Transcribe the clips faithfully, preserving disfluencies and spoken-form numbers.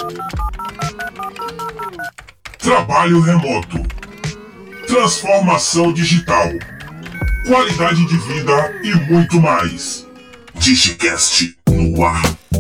Trabalho remoto, transformação digital, qualidade de vida e muito mais. DigiCast no ar.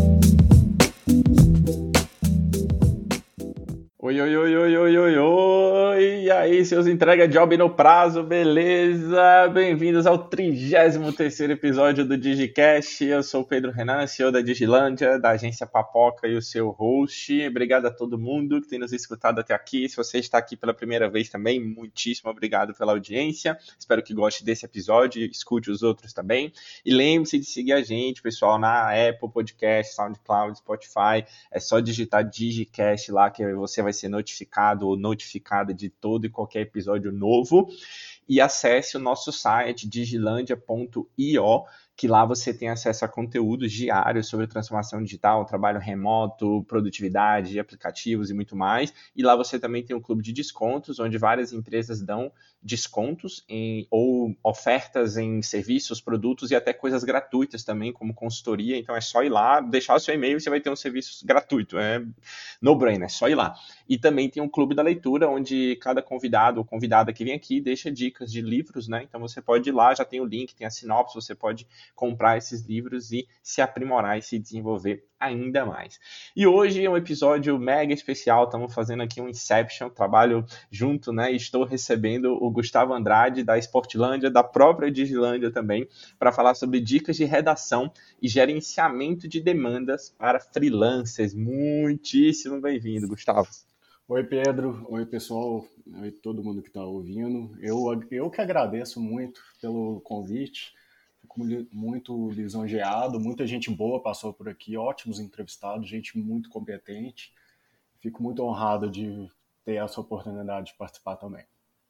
Oi, oi, oi, oi, oi, oi, oi, e aí, seus entrega job no prazo, beleza? Bem-vindos ao trigésimo terceiro episódio do DigiCast. Eu sou o Pedro Renan, C E O da Digilândia, da agência Papoca e o seu host. Obrigado a todo mundo que tem nos escutado até aqui. Se você está aqui pela primeira vez também, muitíssimo obrigado pela audiência. Espero que goste desse episódio e escute os outros também. E lembre-se de seguir a gente, pessoal, na Apple Podcast, SoundCloud, Spotify. É só digitar DigiCast lá que você vai ser notificado ou notificada de todo e qualquer episódio novo. E acesse o nosso site digilandia ponto io, que lá você tem acesso a conteúdos diários sobre transformação digital, trabalho remoto, produtividade, aplicativos e muito mais. E lá você também tem um clube de descontos, onde várias empresas dão descontos em, ou ofertas em serviços, produtos e até coisas gratuitas também, como consultoria. Então é só ir lá, deixar o seu e-mail e você vai ter um serviço gratuito. É no-brainer, é só ir lá. E também tem um clube da leitura, onde cada convidado ou convidada que vem aqui deixa dicas de livros, né? Então você pode ir lá, já tem o link, tem a sinopse, você pode comprar esses livros e se aprimorar e se desenvolver ainda mais. E hoje é um episódio mega especial, estamos fazendo aqui um Inception, trabalho junto, né? Estou recebendo o Gustavo Andrade da Sportlândia, da própria Digilândia também, para falar sobre dicas de redação e gerenciamento de demandas para freelancers. Muitíssimo bem-vindo, Gustavo. Oi, Pedro. Oi, pessoal. Oi, todo mundo que está ouvindo. Eu, eu que agradeço muito pelo convite. Fico muito lisonjeado. Muita gente boa passou por aqui, ótimos entrevistados, gente muito competente. Fico muito honrado de ter essa oportunidade de participar também.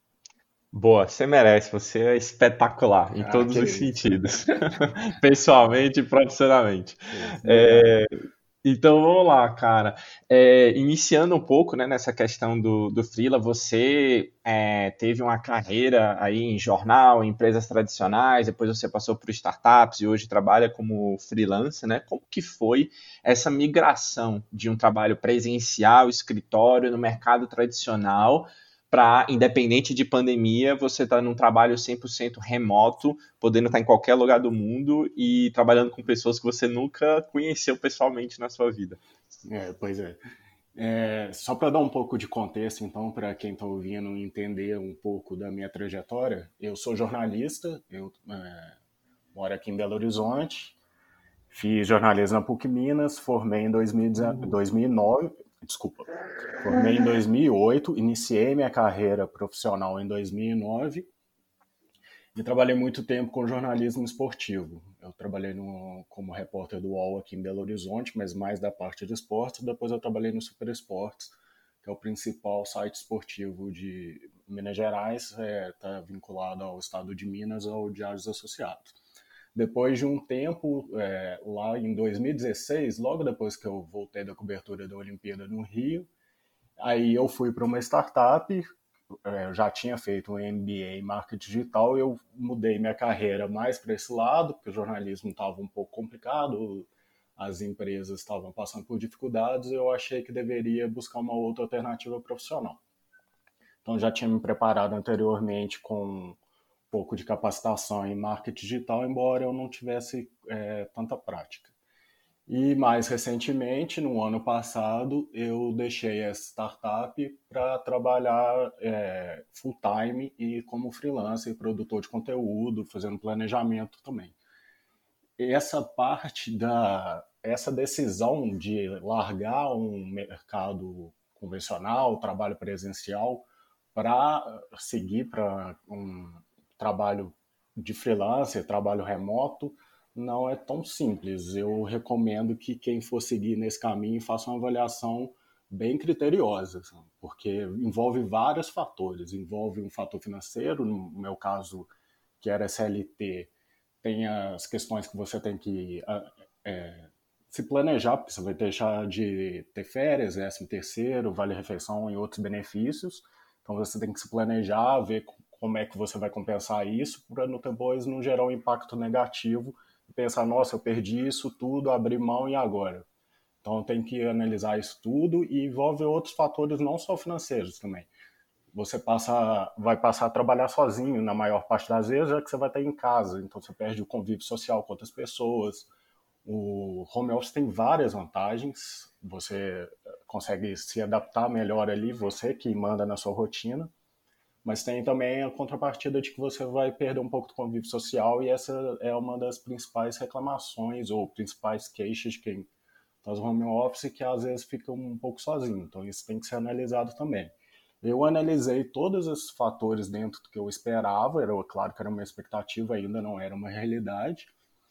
Boa, você merece, você é espetacular em ah, todos os isso. sentidos, pessoalmente e profissionalmente. É, então vamos lá, cara. É, iniciando um pouco, né, nessa questão do, do freela, você é, teve uma carreira aí em jornal, em empresas tradicionais, depois você passou por startups e hoje trabalha como freelancer, né? Como que foi essa migração de um trabalho presencial, escritório, no mercado tradicional, para, independente de pandemia, você está num trabalho cem por cento remoto, podendo estar em qualquer lugar do mundo e trabalhando com pessoas que você nunca conheceu pessoalmente na sua vida? É, pois é. é só para dar um pouco de contexto, então, para quem está ouvindo entender um pouco da minha trajetória, eu sou jornalista, eu é, moro aqui em Belo Horizonte, fiz jornalismo na PUC Minas, formei em dois mil e nove, desculpa, formei em dois mil e oito, iniciei minha carreira profissional em dois mil e nove e trabalhei muito tempo com jornalismo esportivo. Eu trabalhei no, como repórter do U O L aqui em Belo Horizonte, mas mais da parte de esportes. Depois eu trabalhei no Super Esportes, que é o principal site esportivo de Minas Gerais, está é, vinculado ao estado de Minas, ao Diários Associados. Depois de um tempo, é, lá em dois mil e dezesseis, logo depois que eu voltei da cobertura da Olimpíada no Rio, aí eu fui para uma startup, eu já tinha feito um M B A em marketing digital, eu mudei minha carreira mais para esse lado, porque o jornalismo estava um pouco complicado, as empresas estavam passando por dificuldades, eu achei que deveria buscar uma outra alternativa profissional. Então já tinha me preparado anteriormente com pouco de capacitação em marketing digital, embora eu não tivesse é, tanta prática. E mais recentemente, no ano passado, eu deixei essa startup para trabalhar é, full-time e como freelancer, produtor de conteúdo, fazendo planejamento também. Essa parte da essa decisão de largar um mercado convencional, trabalho presencial, para seguir para um trabalho de freelancer, trabalho remoto, não é tão simples. Eu recomendo que quem for seguir nesse caminho faça uma avaliação bem criteriosa, porque envolve vários fatores. Envolve um fator financeiro, no meu caso, que era C L T, tem as questões que você tem que é, se planejar, porque você vai deixar de ter férias, décimo terceiro, vale-refeição e outros benefícios. Então você tem que se planejar, ver como é que você vai compensar isso, para depois não gerar um impacto negativo e pensar, nossa, eu perdi isso tudo, abri mão e agora? Então tem que analisar isso tudo e envolve outros fatores não só financeiros também. Você passa, vai passar a trabalhar sozinho na maior parte das vezes, já que você vai estar em casa, então você perde o convívio social com outras pessoas. O home office tem várias vantagens, você consegue se adaptar melhor ali, você que manda na sua rotina, mas tem também a contrapartida de que você vai perder um pouco do convívio social, e essa é uma das principais reclamações ou principais queixas de quem faz home office, que às vezes fica um pouco sozinho, então isso tem que ser analisado também. Eu analisei todos esses fatores dentro do que eu esperava, era claro que era uma expectativa, ainda não era uma realidade,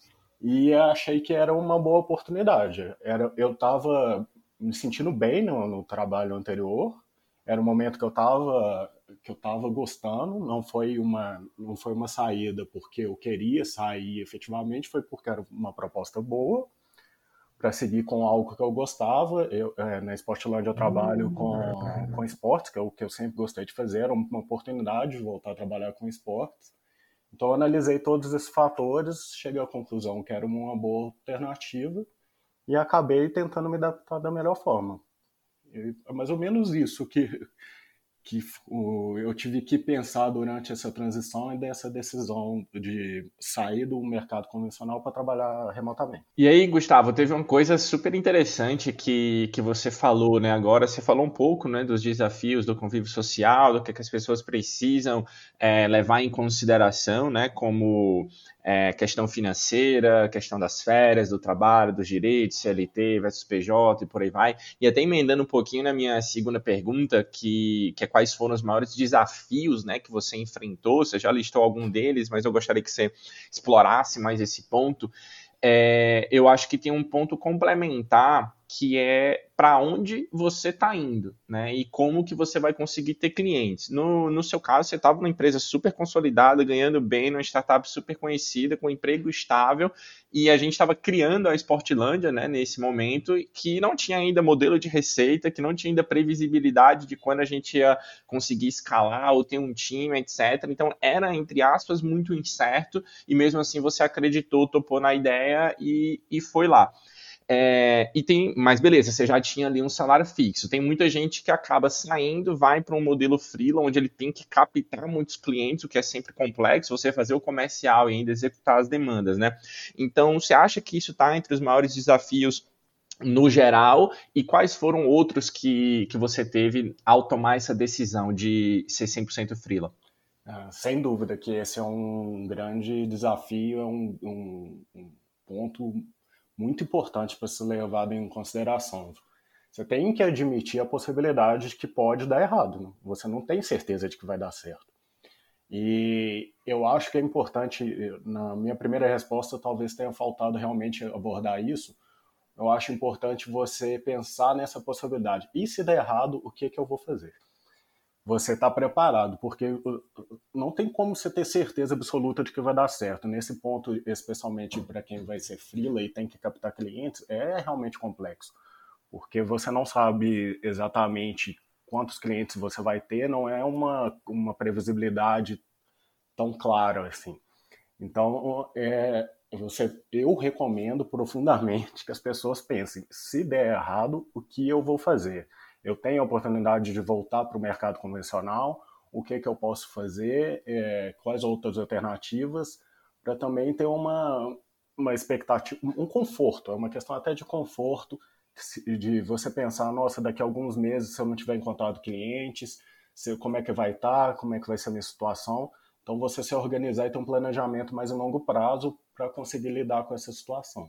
e achei que era uma boa oportunidade. Era, eu estava me sentindo bem no, no trabalho anterior, era um momento que eu estava que eu estava gostando, não foi uma não foi uma saída porque eu queria sair efetivamente, foi porque era uma proposta boa para seguir com algo que eu gostava. Eu, é, na Sportland eu trabalho com, com esportes, que é o que eu sempre gostei de fazer, era uma oportunidade de voltar a trabalhar com esportes. Então eu analisei todos esses fatores, cheguei à conclusão que era uma boa alternativa e acabei tentando me adaptar da melhor forma. E é mais ou menos isso que, que o, eu tive que pensar durante essa transição e dessa decisão de sair do mercado convencional para trabalhar remotamente. E aí, Gustavo, teve uma coisa super interessante que, que você falou, né? Agora você falou um pouco, né, dos desafios do convívio social, do que, que as pessoas precisam é, levar em consideração, né? Como é, questão financeira, questão das férias, do trabalho, dos direitos, C L T versus P J e por aí vai. E até emendando um pouquinho na minha segunda pergunta, que, que é quais foram os maiores desafios, né, que você enfrentou. Você já listou algum deles, mas eu gostaria que você explorasse mais esse ponto. É, eu acho que tem um ponto complementar, que é para onde você está indo, né? E como que você vai conseguir ter clientes. No, no seu caso, você estava numa empresa super consolidada, ganhando bem, numa startup super conhecida, com um emprego estável, e a gente estava criando a Sportlandia, né, nesse momento, que não tinha ainda modelo de receita, que não tinha ainda previsibilidade de quando a gente ia conseguir escalar ou ter um time, etcétera. Então era, entre aspas, muito incerto, e mesmo assim você acreditou, topou na ideia e, e foi lá. É, e tem, mas beleza, você já tinha ali um salário fixo. Tem muita gente que acaba saindo, vai para um modelo freela, onde ele tem que captar muitos clientes, o que é sempre complexo, você fazer o comercial e ainda executar as demandas, né? Então, você acha que isso está entre os maiores desafios no geral, e quais foram outros que, que você teve ao tomar essa decisão de ser cem por cento freela? Ah, sem dúvida que esse é um grande desafio, é um, um, um ponto muito importante para ser levado em consideração. Você tem que admitir a possibilidade de que pode dar errado, né? Você não tem certeza de que vai dar certo. E eu acho que é importante, na minha primeira resposta talvez tenha faltado realmente abordar isso, eu acho importante você pensar nessa possibilidade. E se der errado, o que, que eu vou fazer? Você está preparado, porque não tem como você ter certeza absoluta de que vai dar certo. Nesse ponto, especialmente para quem vai ser freela e tem que captar clientes, é realmente complexo, porque você não sabe exatamente quantos clientes você vai ter, não é uma, uma previsibilidade tão clara assim. Então, é, você, eu recomendo profundamente que as pessoas pensem, se der errado, o que eu vou fazer? Eu tenho a oportunidade de voltar para o mercado convencional, o que, que eu posso fazer, é, quais outras alternativas, para também ter uma, uma expectativa, um conforto, é uma questão até de conforto, de você pensar, nossa, daqui a alguns meses, se eu não tiver encontrado clientes, se, como é que vai estar, como é que vai ser a minha situação. Então, você se organizar e ter um planejamento mais a longo prazo para conseguir lidar com essa situação.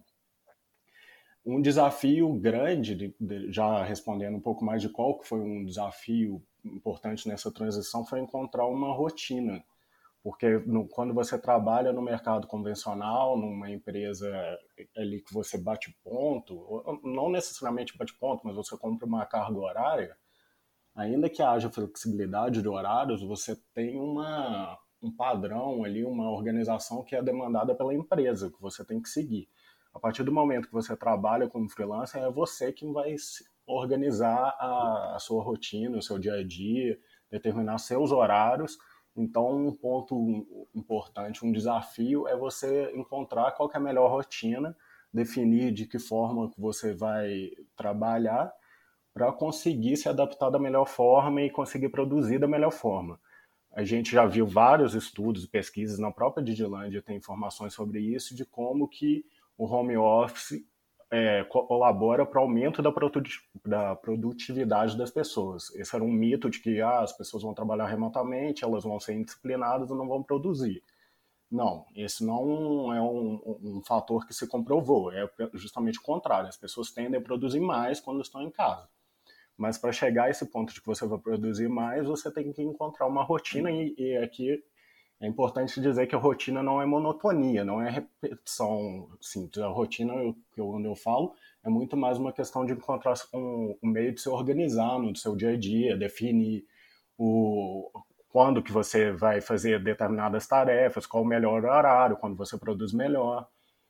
Um desafio grande, de, de, já respondendo um pouco mais de qual que foi um desafio importante nessa transição, foi encontrar uma rotina. Porque no, quando você trabalha no mercado convencional, numa empresa ali que você bate ponto, não necessariamente bate ponto, mas você compra uma carga horária, ainda que haja flexibilidade de horários, você tem uma, um padrão ali, uma organização que é demandada pela empresa, que você tem que seguir. A partir do momento que você trabalha como freelancer, é você quem vai organizar a, a sua rotina, o seu dia a dia, determinar seus horários. Então, um ponto importante, um desafio, é você encontrar qual que é a melhor rotina definir de que forma que você vai trabalhar para conseguir se adaptar da melhor forma e conseguir produzir da melhor forma. A gente já viu vários estudos e pesquisas, na própria Digilândia tem informações sobre isso, de como que o home office é, colabora para o aumento da, produt- da produtividade das pessoas. Esse era um mito de que ah, as pessoas vão trabalhar remotamente, elas vão ser indisciplinadas e não vão produzir. Não, esse não é um, um, um fator que se comprovou, é justamente o contrário. As pessoas tendem a produzir mais quando estão em casa. Mas para chegar a esse ponto de que você vai produzir mais, você tem que encontrar uma rotina, e, e aqui é importante dizer que a rotina não é monotonia, não é repetição simples. A rotina, eu, quando eu falo, é muito mais uma questão de encontrar um, um meio de se organizar no seu dia a dia, definir o, quando que você vai fazer determinadas tarefas, qual o melhor horário, quando você produz melhor.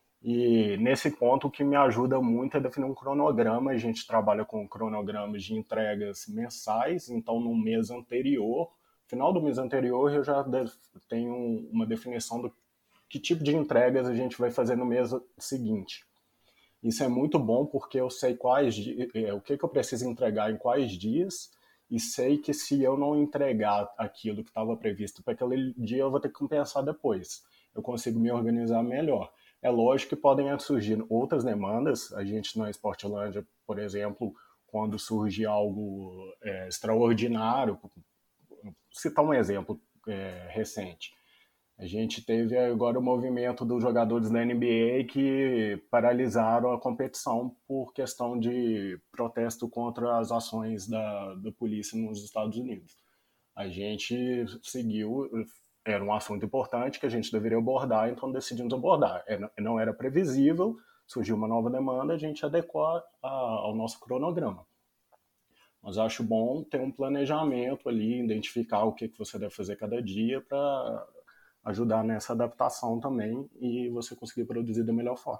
E nesse ponto, o que me ajuda muito é definir um cronograma. A gente trabalha com cronogramas de entregas mensais, então no mês anterior, final do mês anterior, eu já tenho uma definição do que tipo de entregas a gente vai fazer no mês seguinte. Isso é muito bom porque eu sei quais o que, que eu preciso entregar em quais dias, e sei que se eu não entregar aquilo que estava previsto para aquele dia, eu vou ter que compensar depois. Eu consigo me organizar melhor. É lógico que podem surgir outras demandas. A gente na Sportlândia, por exemplo, quando surge algo é, extraordinário, vou citar um exemplo é, recente. A gente teve agora o movimento dos jogadores da N B A que paralisaram a competição por questão de protesto contra as ações da, da polícia nos Estados Unidos. A gente seguiu, era um assunto importante que a gente deveria abordar, então decidimos abordar. Não era previsível, surgiu uma nova demanda, a gente adequou a, ao nosso cronograma. Mas acho bom ter um planejamento ali, identificar o que, que você deve fazer cada dia para ajudar nessa adaptação também e você conseguir produzir da melhor forma.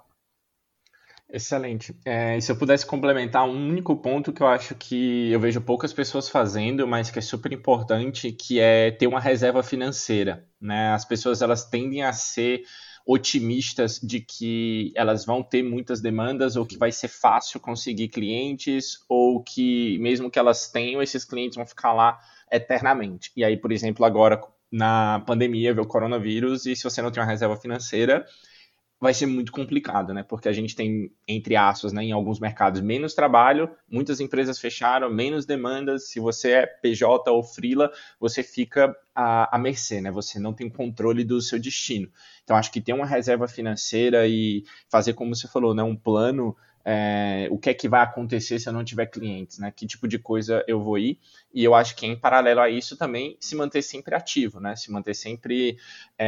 Excelente. É, e se eu pudesse complementar um único ponto que eu acho que eu vejo poucas pessoas fazendo, mas que é super importante, que é ter uma reserva financeira, né? As pessoas elas tendem a ser otimistas de que elas vão ter muitas demandas ou que vai ser fácil conseguir clientes ou que mesmo que elas tenham, esses clientes vão ficar lá eternamente. E aí, por exemplo, agora na pandemia veio o coronavírus e se você não tem uma reserva financeira, vai ser muito complicado, né? Porque a gente tem, entre aspas, né, em alguns mercados, menos trabalho, muitas empresas fecharam, menos demandas. Se você é P J ou freela, você fica à, à mercê, né? Você não tem controle do seu destino. Então, acho que ter uma reserva financeira e fazer, como você falou, né, um plano, é, o que é que vai acontecer se eu não tiver clientes, né? Que tipo de coisa eu vou ir. E eu acho que, em paralelo a isso, também se manter sempre ativo, né? Se manter sempre...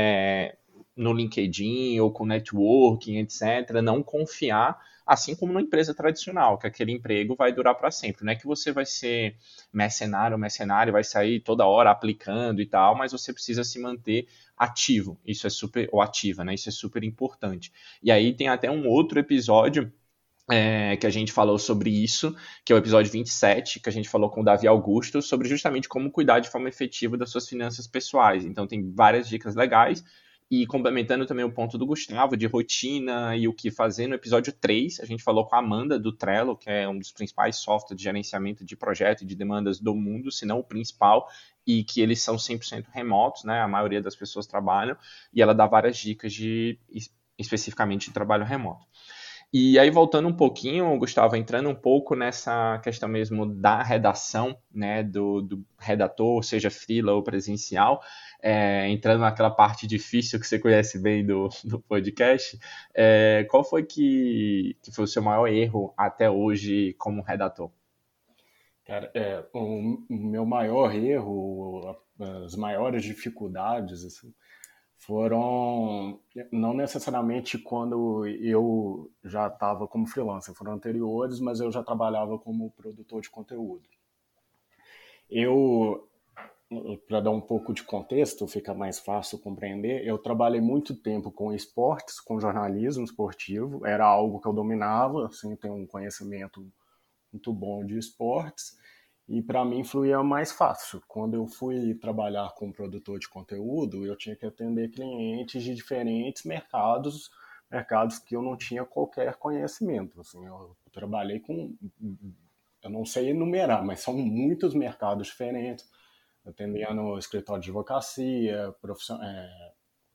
É, no LinkedIn ou com networking, etcétera, não confiar, assim como numa empresa tradicional, que aquele emprego vai durar para sempre. Não é que você vai ser mercenário, mercenário, vai sair toda hora aplicando e tal, mas você precisa se manter ativo. Isso é super, ou ativa, né? Isso é super importante. E aí tem até um outro episódio É, que a gente falou sobre isso, que é o episódio vinte e sete, que a gente falou com o Davi Augusto, sobre justamente como cuidar de forma efetiva das suas finanças pessoais. Então tem várias dicas legais. E complementando também o ponto do Gustavo, de rotina e o que fazer, no episódio três, a gente falou com a Amanda do Trello, que é um dos principais softwares de gerenciamento de projetos e de demandas do mundo, se não o principal, e que eles são cem por cento remotos, né? A maioria das pessoas trabalham, e ela dá várias dicas de especificamente de trabalho remoto. E aí, voltando um pouquinho, Gustavo, entrando um pouco nessa questão mesmo da redação, né, do, do redator, seja freela ou presencial, é, entrando naquela parte difícil que você conhece bem do, do podcast, é, qual foi que, que foi o seu maior erro até hoje como redator? Cara, é, o meu maior erro, as maiores dificuldades, assim, foram não necessariamente quando eu já estava como freelancer, foram anteriores, mas eu já trabalhava como produtor de conteúdo. Eu, para dar um pouco de contexto, fica mais fácil compreender, eu trabalhei muito tempo com esportes, com jornalismo esportivo, era algo que eu dominava, assim, tenho um conhecimento muito bom de esportes, e para mim fluía mais fácil. Quando eu fui trabalhar como produtor de conteúdo, eu tinha que atender clientes de diferentes mercados, mercados que eu não tinha qualquer conhecimento. Assim, eu trabalhei com, eu não sei enumerar, mas são muitos mercados diferentes, atendendo escritório de advocacia, profissão, é,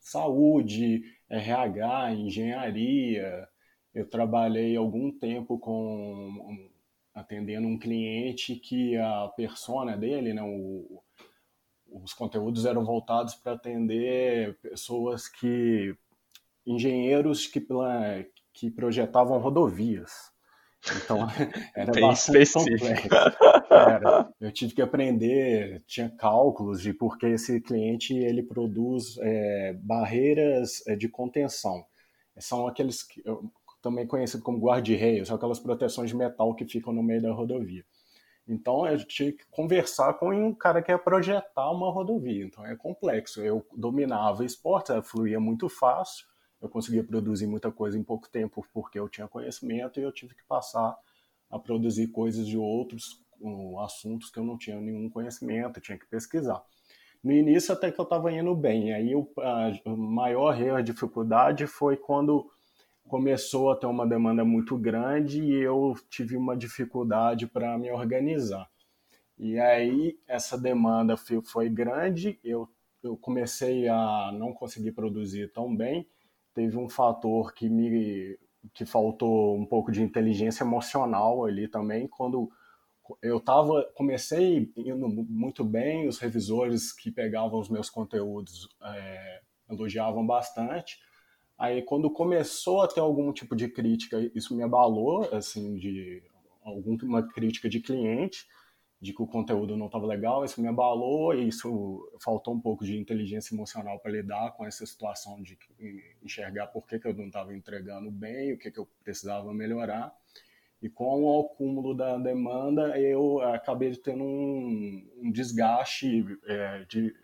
saúde, R H, engenharia. Eu trabalhei algum tempo com atendendo um cliente que a persona dele, né, o, os conteúdos eram voltados para atender pessoas que engenheiros que, que projetavam rodovias. Então, era Bem bastante específico. complexo. Era, eu tive que aprender, tinha cálculos de porque esse cliente ele produz é, barreiras de contenção. São aqueles, também conhecidos como guarda-reios, são aquelas proteções de metal que ficam no meio da rodovia. Então, eu tinha que conversar com um cara que ia projetar uma rodovia. Então, é complexo. Eu dominava esportes, fluía muito fácil, eu conseguia produzir muita coisa em pouco tempo porque eu tinha conhecimento e eu tive que passar a produzir coisas de outros um, assuntos que eu não tinha nenhum conhecimento, eu tinha que pesquisar. No início até que eu estava indo bem, aí eu, a maior erro, a dificuldade foi quando começou a ter uma demanda muito grande e eu tive uma dificuldade para me organizar. E aí essa demanda foi grande, eu, eu comecei a não conseguir produzir tão bem. Teve um fator que me que faltou um pouco de inteligência emocional ali também, quando eu tava, comecei indo muito bem, os revisores que pegavam os meus conteúdos é, elogiavam bastante. Aí quando começou a ter algum tipo de crítica, isso me abalou, assim, de alguma crítica de cliente, de que o conteúdo não estava legal, isso me abalou e isso faltou um pouco de inteligência emocional para lidar com essa situação de enxergar por que, que eu não estava entregando bem, o que, que eu precisava melhorar. E com o acúmulo da demanda, eu acabei tendo um, um desgaste é, de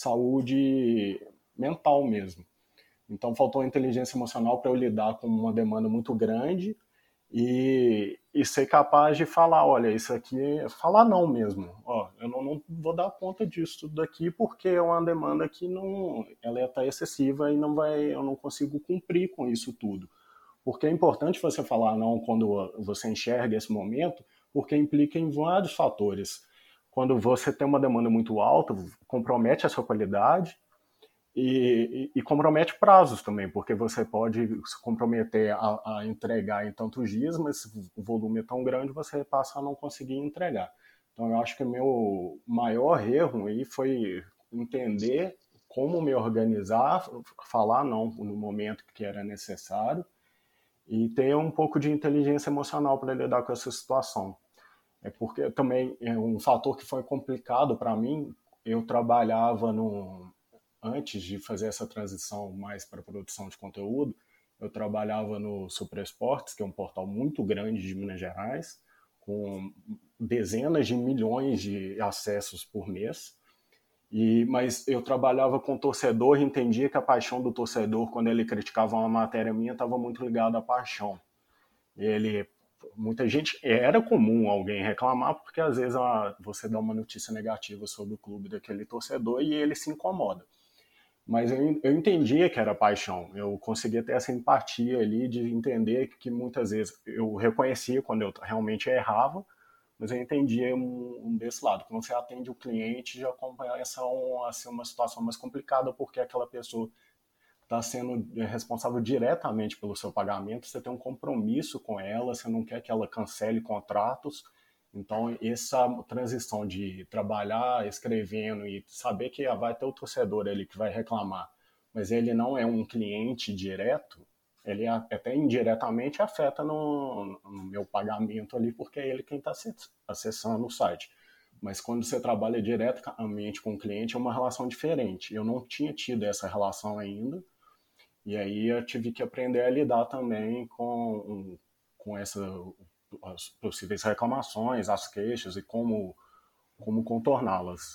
saúde mental mesmo. Então faltou inteligência emocional para eu lidar com uma demanda muito grande e, e ser capaz de falar, olha, isso aqui, falar não mesmo, ó, eu não, não vou dar conta disso tudo daqui porque é uma demanda que não, ela está excessiva e não vai, eu não consigo cumprir com isso tudo. Porque é importante você falar não quando você enxerga esse momento, porque implica em vários fatores. Quando você tem uma demanda muito alta, compromete a sua qualidade, E, e, e compromete prazos também, porque você pode se comprometer a, a entregar em tantos dias, mas o volume é tão grande, você passa a não conseguir entregar. Então, eu acho que o meu maior erro aí foi entender como me organizar, falar não no momento que era necessário e ter um pouco de inteligência emocional para lidar com essa situação. É porque também é um fator que foi complicado para mim, eu trabalhava no... Antes de fazer essa transição mais para a produção de conteúdo, eu trabalhava no Super Esportes, que é um portal muito grande de Minas Gerais, com dezenas de milhões de acessos por mês. E, mas eu trabalhava com torcedor e entendia que a paixão do torcedor, quando ele criticava uma matéria minha, estava muito ligada à paixão. Ele, muita gente, era comum alguém reclamar, porque às vezes você dá uma notícia negativa sobre o clube daquele torcedor e ele se incomoda. Mas eu, eu entendia que era paixão, eu conseguia ter essa empatia ali de entender que muitas vezes eu reconhecia quando eu realmente errava, mas eu entendia um, um desse lado. Quando você atende o cliente, já começa a ser uma situação mais complicada, porque aquela pessoa está sendo responsável diretamente pelo seu pagamento, você tem um compromisso com ela, você não quer que ela cancele contratos. Então, essa transição de trabalhar escrevendo e saber que vai ter o torcedor ali que vai reclamar, mas ele não é um cliente direto, ele até indiretamente afeta no, no meu pagamento ali, porque é ele quem está acessando o site. Mas quando você trabalha diretamente com o cliente, é uma relação diferente. Eu não tinha tido essa relação ainda, e aí eu tive que aprender a lidar também com, com essa... as possíveis reclamações, as queixas e como, como contorná-las.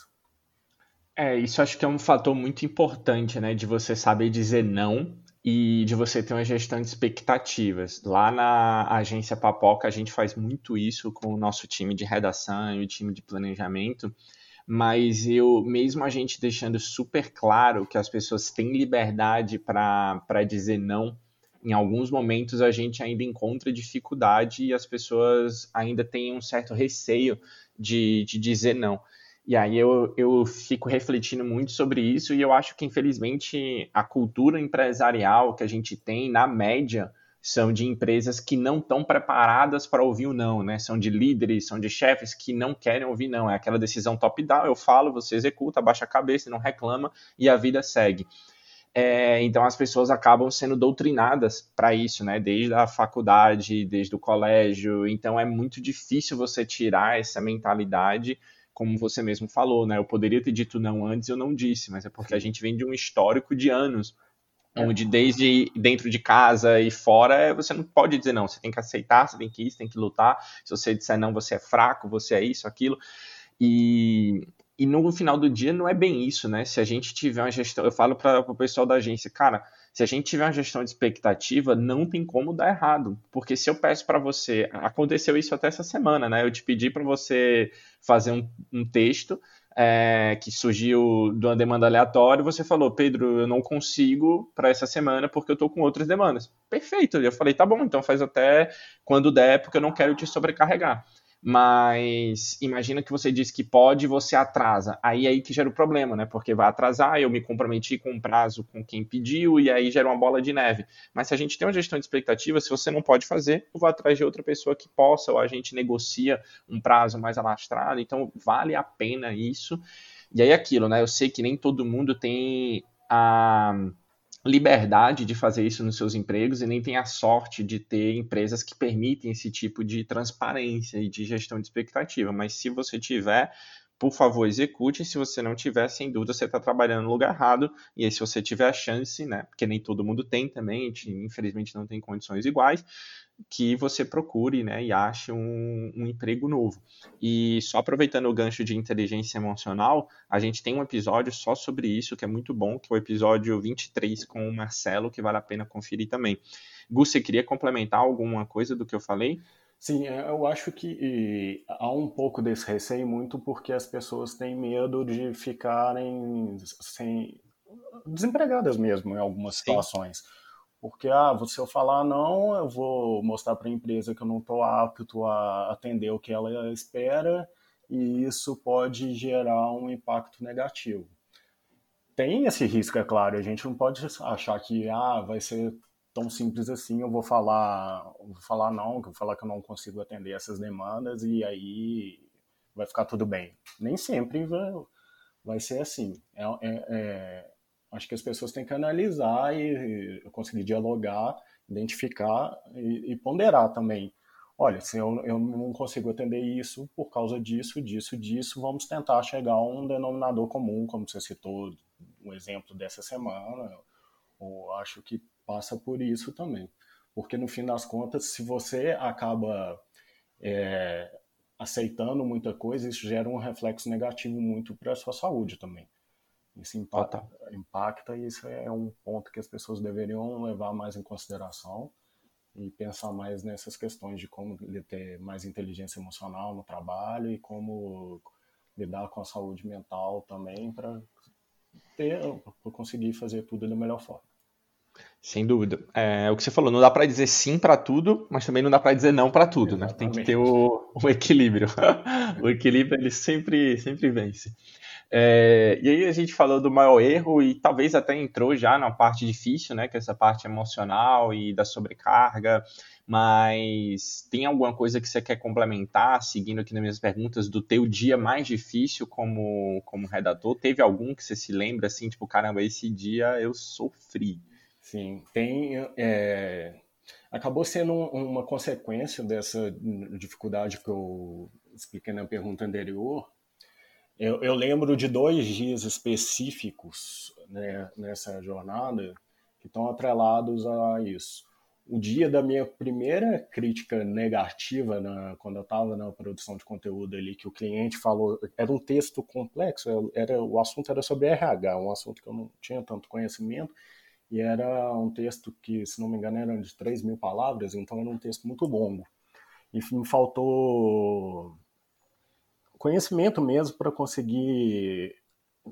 É, isso acho que é um fator muito importante, né, de você saber dizer não e de você ter uma gestão de expectativas. Lá na agência Papoca a gente faz muito isso com o nosso time de redação e o time de planejamento, mas eu, mesmo a gente deixando super claro que as pessoas têm liberdade para para dizer não, em alguns momentos a gente ainda encontra dificuldade e as pessoas ainda têm um certo receio de, de dizer não. E aí eu, eu fico refletindo muito sobre isso e eu acho que, infelizmente, a cultura empresarial que a gente tem, na média, são de empresas que não estão preparadas para ouvir o não, né? São de líderes, são de chefes que não querem ouvir não. É aquela decisão top-down, eu falo, você executa, abaixa a cabeça, não reclama e a vida segue. É, então as pessoas acabam sendo doutrinadas para isso, né? Desde a faculdade, desde o colégio. Então é muito difícil você tirar essa mentalidade, como você mesmo falou, né? Eu poderia ter dito não antes, eu não disse, mas é porque a gente vem de um histórico de anos, onde desde dentro de casa e fora você não pode dizer não, você tem que aceitar, você tem que ir, você tem que lutar. Se você disser não, você é fraco, você é isso, aquilo. E, e no final do dia não é bem isso, né? Se a gente tiver uma gestão, eu falo para o pessoal da agência, cara, se a gente tiver uma gestão de expectativa, não tem como dar errado. Porque se eu peço para você, aconteceu isso até essa semana, né? Eu te pedi para você fazer um, um texto é, que surgiu de uma demanda aleatória, e você falou, Pedro, eu não consigo para essa semana porque eu estou com outras demandas. Perfeito, eu falei, tá bom, então faz até quando der, porque eu não quero te sobrecarregar. Mas imagina que você diz que pode e você atrasa. Aí é aí que gera o problema, né? Porque vai atrasar, eu me comprometi com um prazo com quem pediu e aí gera uma bola de neve. Mas se a gente tem uma gestão de expectativa, se você não pode fazer, eu vou atrás de outra pessoa que possa, ou a gente negocia um prazo mais alastrado. Então vale a pena isso. E aí aquilo, né? Eu sei que nem todo mundo tem a liberdade de fazer isso nos seus empregos e nem tem a sorte de ter empresas que permitem esse tipo de transparência e de gestão de expectativa. Mas se você tiver, por favor, execute. Se você não tiver, sem dúvida, você está trabalhando no lugar errado. E aí, se você tiver a chance, né, porque nem todo mundo tem também, a gente, infelizmente, não tem condições iguais, que você procure, né, e ache um, um emprego novo. E só aproveitando o gancho de inteligência emocional, a gente tem um episódio só sobre isso, que é muito bom, que é o episódio vinte e três com o Marcelo, que vale a pena conferir também. Gus, você queria complementar alguma coisa do que eu falei? Sim, eu acho que há um pouco desse receio muito porque as pessoas têm medo de ficarem sem, desempregadas mesmo em algumas Sim. situações. Porque, ah, se eu falar não, eu vou mostrar para a empresa que eu não estou apto a atender o que ela espera e isso pode gerar um impacto negativo. Tem esse risco, é claro, a gente não pode achar que ah, vai ser tão simples assim, eu vou falar, vou falar não, vou falar que eu não consigo atender essas demandas e aí vai ficar tudo bem. Nem sempre vai, vai ser assim. É, é, é, acho que as pessoas têm que analisar e, e conseguir dialogar, identificar e, e ponderar também. Olha, se eu, eu não consigo atender isso por causa disso, disso, disso, vamos tentar chegar a um denominador comum, como você citou, um exemplo dessa semana. Eu acho que passa por isso também. Porque, no fim das contas, se você acaba é, aceitando muita coisa, isso gera um reflexo negativo muito para a sua saúde também. Isso impacta, impacta e isso é um ponto que as pessoas deveriam levar mais em consideração e pensar mais nessas questões de como ter mais inteligência emocional no trabalho e como lidar com a saúde mental também para ter, para conseguir fazer tudo da melhor forma. Sem dúvida. É, o que você falou, não dá para dizer sim para tudo, mas também não dá para dizer não para tudo, né? Tem que ter o, o equilíbrio. O equilíbrio ele sempre, sempre vence. É, e aí a gente falou do maior erro e talvez até entrou já na parte difícil, né? Que é essa parte emocional e da sobrecarga. Mas tem alguma coisa que você quer complementar, seguindo aqui nas minhas perguntas, do teu dia mais difícil como, como redator? Teve algum que você se lembra assim, tipo, caramba, esse dia eu sofri? Sim, tem. É, acabou sendo uma consequência dessa dificuldade que eu expliquei na pergunta anterior. Eu, eu lembro de dois dias específicos, né, nessa jornada que estão atrelados a isso. O dia da minha primeira crítica negativa, na, quando eu estava na produção de conteúdo ali, que o cliente falou, era um texto complexo, era, o assunto era sobre R H, um assunto que eu não tinha tanto conhecimento, e era um texto que, se não me engano, era de três mil palavras, então era um texto muito longo. E me faltou conhecimento mesmo para conseguir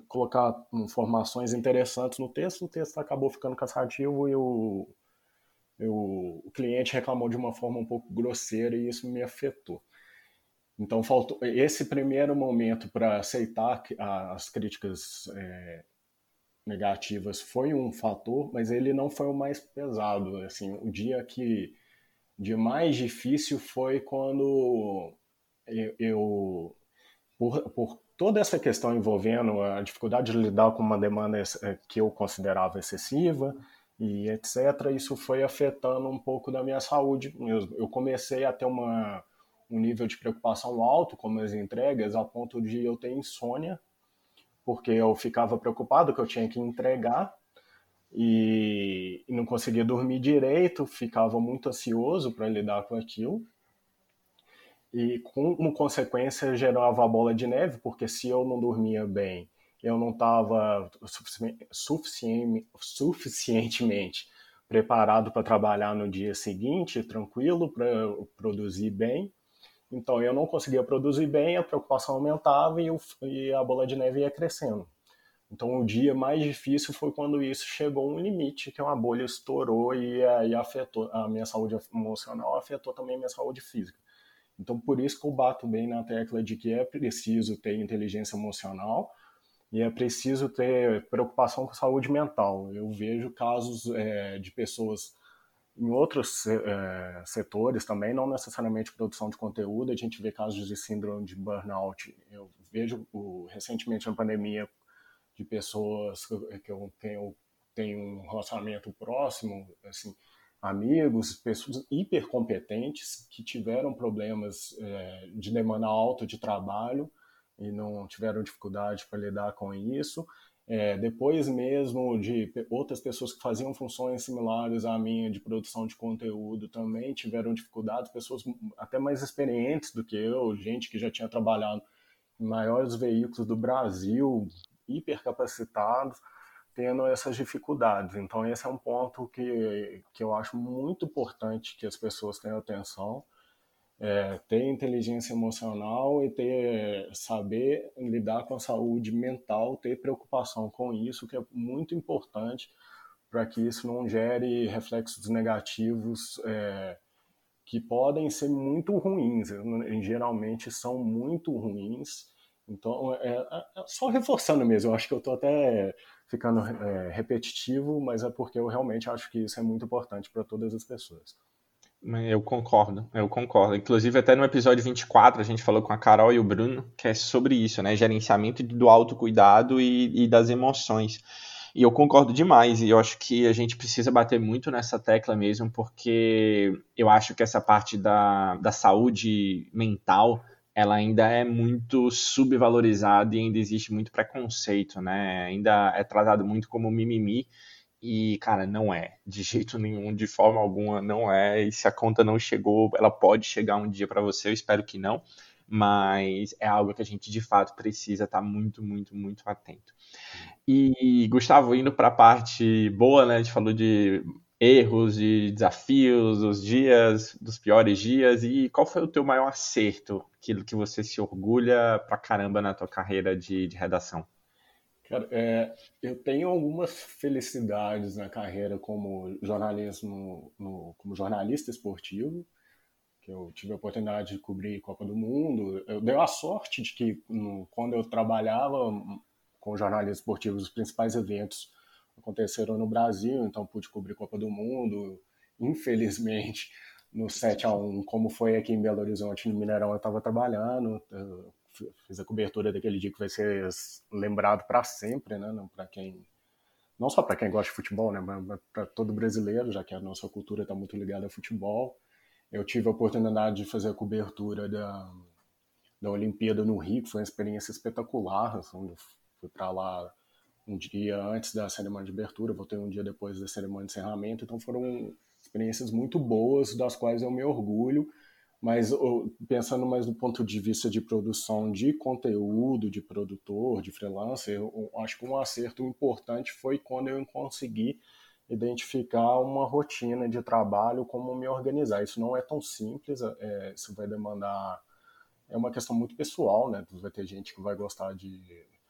colocar informações interessantes no texto. O texto acabou ficando cansativo e o, eu, o cliente reclamou de uma forma um pouco grosseira e isso me afetou. Então, faltou esse primeiro momento para aceitar as críticas é, negativas foi um fator, mas ele não foi o mais pesado. Assim, o dia que de mais difícil foi quando eu, eu por, por toda essa questão envolvendo a dificuldade de lidar com uma demanda que eu considerava excessiva e etcétera, isso foi afetando um pouco da minha saúde mesmo. Eu comecei a ter uma, um nível de preocupação alto com as entregas, ao ponto de eu ter insônia, porque eu ficava preocupado que eu tinha que entregar e, e não conseguia dormir direito, ficava muito ansioso para lidar com aquilo. E, como consequência, gerava a bola de neve, porque se eu não dormia bem, eu não estava sufici- suficientemente preparado para trabalhar no dia seguinte, tranquilo, para produzir bem. Então, eu não conseguia produzir bem, a preocupação aumentava e, o, e a bola de neve ia crescendo. Então, o dia mais difícil foi quando isso chegou a um limite, que uma bolha estourou e aí afetou a minha saúde emocional, afetou também a minha saúde física. Então, por isso que eu bato bem na tecla de que é preciso ter inteligência emocional e é preciso ter preocupação com saúde mental. Eu vejo casos é, de pessoas em outros é, setores também, não necessariamente produção de conteúdo, a gente vê casos de síndrome de burnout. Eu vejo o, recentemente na pandemia de pessoas que eu tenho, tenho um relacionamento próximo, assim, amigos, pessoas hipercompetentes que tiveram problemas é, de demanda alta de trabalho e não tiveram dificuldade para lidar com isso. É, depois mesmo de outras pessoas que faziam funções similares à minha de produção de conteúdo também tiveram dificuldades, pessoas até mais experientes do que eu, gente que já tinha trabalhado em maiores veículos do Brasil, hipercapacitados, tendo essas dificuldades. Então, esse é um ponto que, que eu acho muito importante que as pessoas tenham atenção, é, ter inteligência emocional e ter, saber lidar com a saúde mental, ter preocupação com isso, que é muito importante para que isso não gere reflexos negativos é, que podem ser muito ruins, geralmente são muito ruins. Então, é, é só reforçando mesmo, eu acho que eu estou até ficando é, repetitivo, mas é porque eu realmente acho que isso é muito importante para todas as pessoas. Eu concordo, eu concordo. Inclusive, até no episódio vinte e quatro, a gente falou com a Carol e o Bruno, que é sobre isso, né? Gerenciamento do autocuidado e, e das emoções. E eu concordo demais, e eu acho que a gente precisa bater muito nessa tecla mesmo, porque eu acho que essa parte da, da saúde mental, ela ainda é muito subvalorizada e ainda existe muito preconceito, né? Ainda é tratado muito como mimimi, e, cara, não é. De jeito nenhum, de forma alguma, não é. E se a conta não chegou, ela pode chegar um dia para você, eu espero que não. Mas é algo que a gente, de fato, precisa estar muito, muito, muito atento. E, Gustavo, indo para a parte boa, né? A gente falou de erros, de desafios, dos dias, dos piores dias. E qual foi o teu maior acerto? Aquilo que você se orgulha pra caramba na tua carreira de, de redação? Cara, é, eu tenho algumas felicidades na carreira como jornalismo, no, como jornalista esportivo, que eu tive a oportunidade de cobrir Copa do Mundo. Eu dei a sorte de que no, quando eu trabalhava com jornalismo esportivo, os principais eventos aconteceram no Brasil, então pude cobrir Copa do Mundo. Infelizmente, no sete a um, como foi aqui em Belo Horizonte, no Mineirão, eu estava trabalhando, eu fiz a cobertura daquele dia que vai ser lembrado para sempre, né? Não, pra quem, não só para quem gosta de futebol, né? Mas para todo brasileiro, já que a nossa cultura está muito ligada ao futebol. Eu tive a oportunidade de fazer a cobertura da, da Olimpíada no Rio, que foi uma experiência espetacular. Assim, eu fui para lá um dia antes da cerimônia de abertura, voltei um dia depois da cerimônia de encerramento, então foram experiências muito boas, das quais eu me orgulho, mas pensando mais do ponto de vista de produção de conteúdo, de produtor, de freelancer, eu acho que um acerto importante foi quando eu consegui identificar uma rotina de trabalho, como me organizar. Isso não é tão simples, é, isso vai demandar... É uma questão muito pessoal, né? Vai ter gente que vai gostar de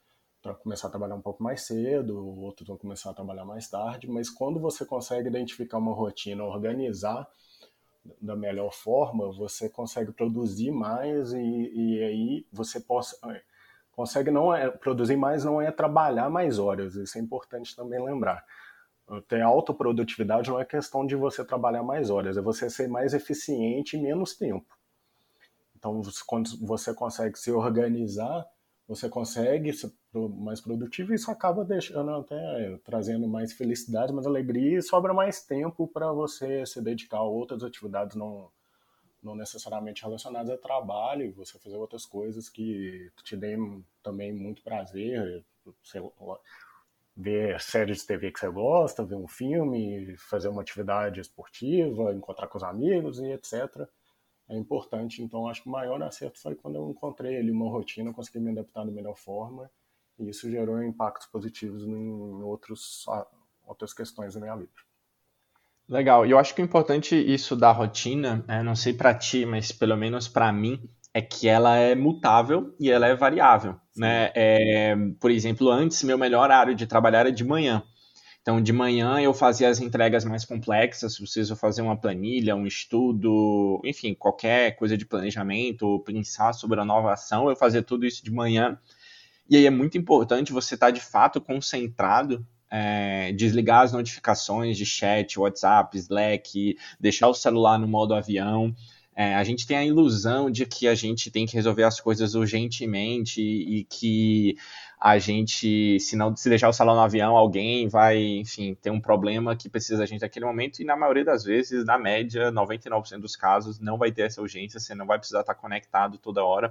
tra- começar a trabalhar um pouco mais cedo, outros vão começar a trabalhar mais tarde, mas quando você consegue identificar uma rotina, organizar da melhor forma, você consegue produzir mais e, e aí você possa, consegue não é, produzir mais não é trabalhar mais horas, isso é importante também lembrar. Ter alta produtividade não é questão de você trabalhar mais horas, é você ser mais eficiente em menos tempo. Então, quando você consegue se organizar, você consegue ser mais produtivo e isso acaba deixando até trazendo mais felicidade, mais alegria e sobra mais tempo para você se dedicar a outras atividades não, não necessariamente relacionadas a trabalho, você fazer outras coisas que te deem também muito prazer, sei lá, ver séries de T V que você gosta, ver um filme, fazer uma atividade esportiva, encontrar com os amigos e etcétera. É importante, então acho que o maior acerto foi quando eu encontrei ali uma rotina, consegui me adaptar da melhor forma e isso gerou impactos positivos em outros, outras questões da minha vida. Legal, e eu acho que o importante isso da rotina, é, não sei pra ti, mas pelo menos pra mim, é que ela é mutável e ela é variável, né? É, por exemplo, antes meu melhor horário de trabalhar era de manhã. Então, de manhã eu fazia as entregas mais complexas, se preciso fazer uma planilha, um estudo, enfim, qualquer coisa de planejamento, ou pensar sobre a nova ação, eu fazia tudo isso de manhã. E aí é muito importante você estar de fato concentrado, é, desligar as notificações de chat, WhatsApp, Slack, deixar o celular no modo avião. É, a gente tem a ilusão de que a gente tem que resolver as coisas urgentemente e, e que a gente, se não se deixar o celular no avião, alguém vai, enfim, ter um problema que precisa da gente naquele momento. E na maioria das vezes, na média, noventa e nove por cento dos casos, não vai ter essa urgência, você não vai precisar estar conectado toda hora.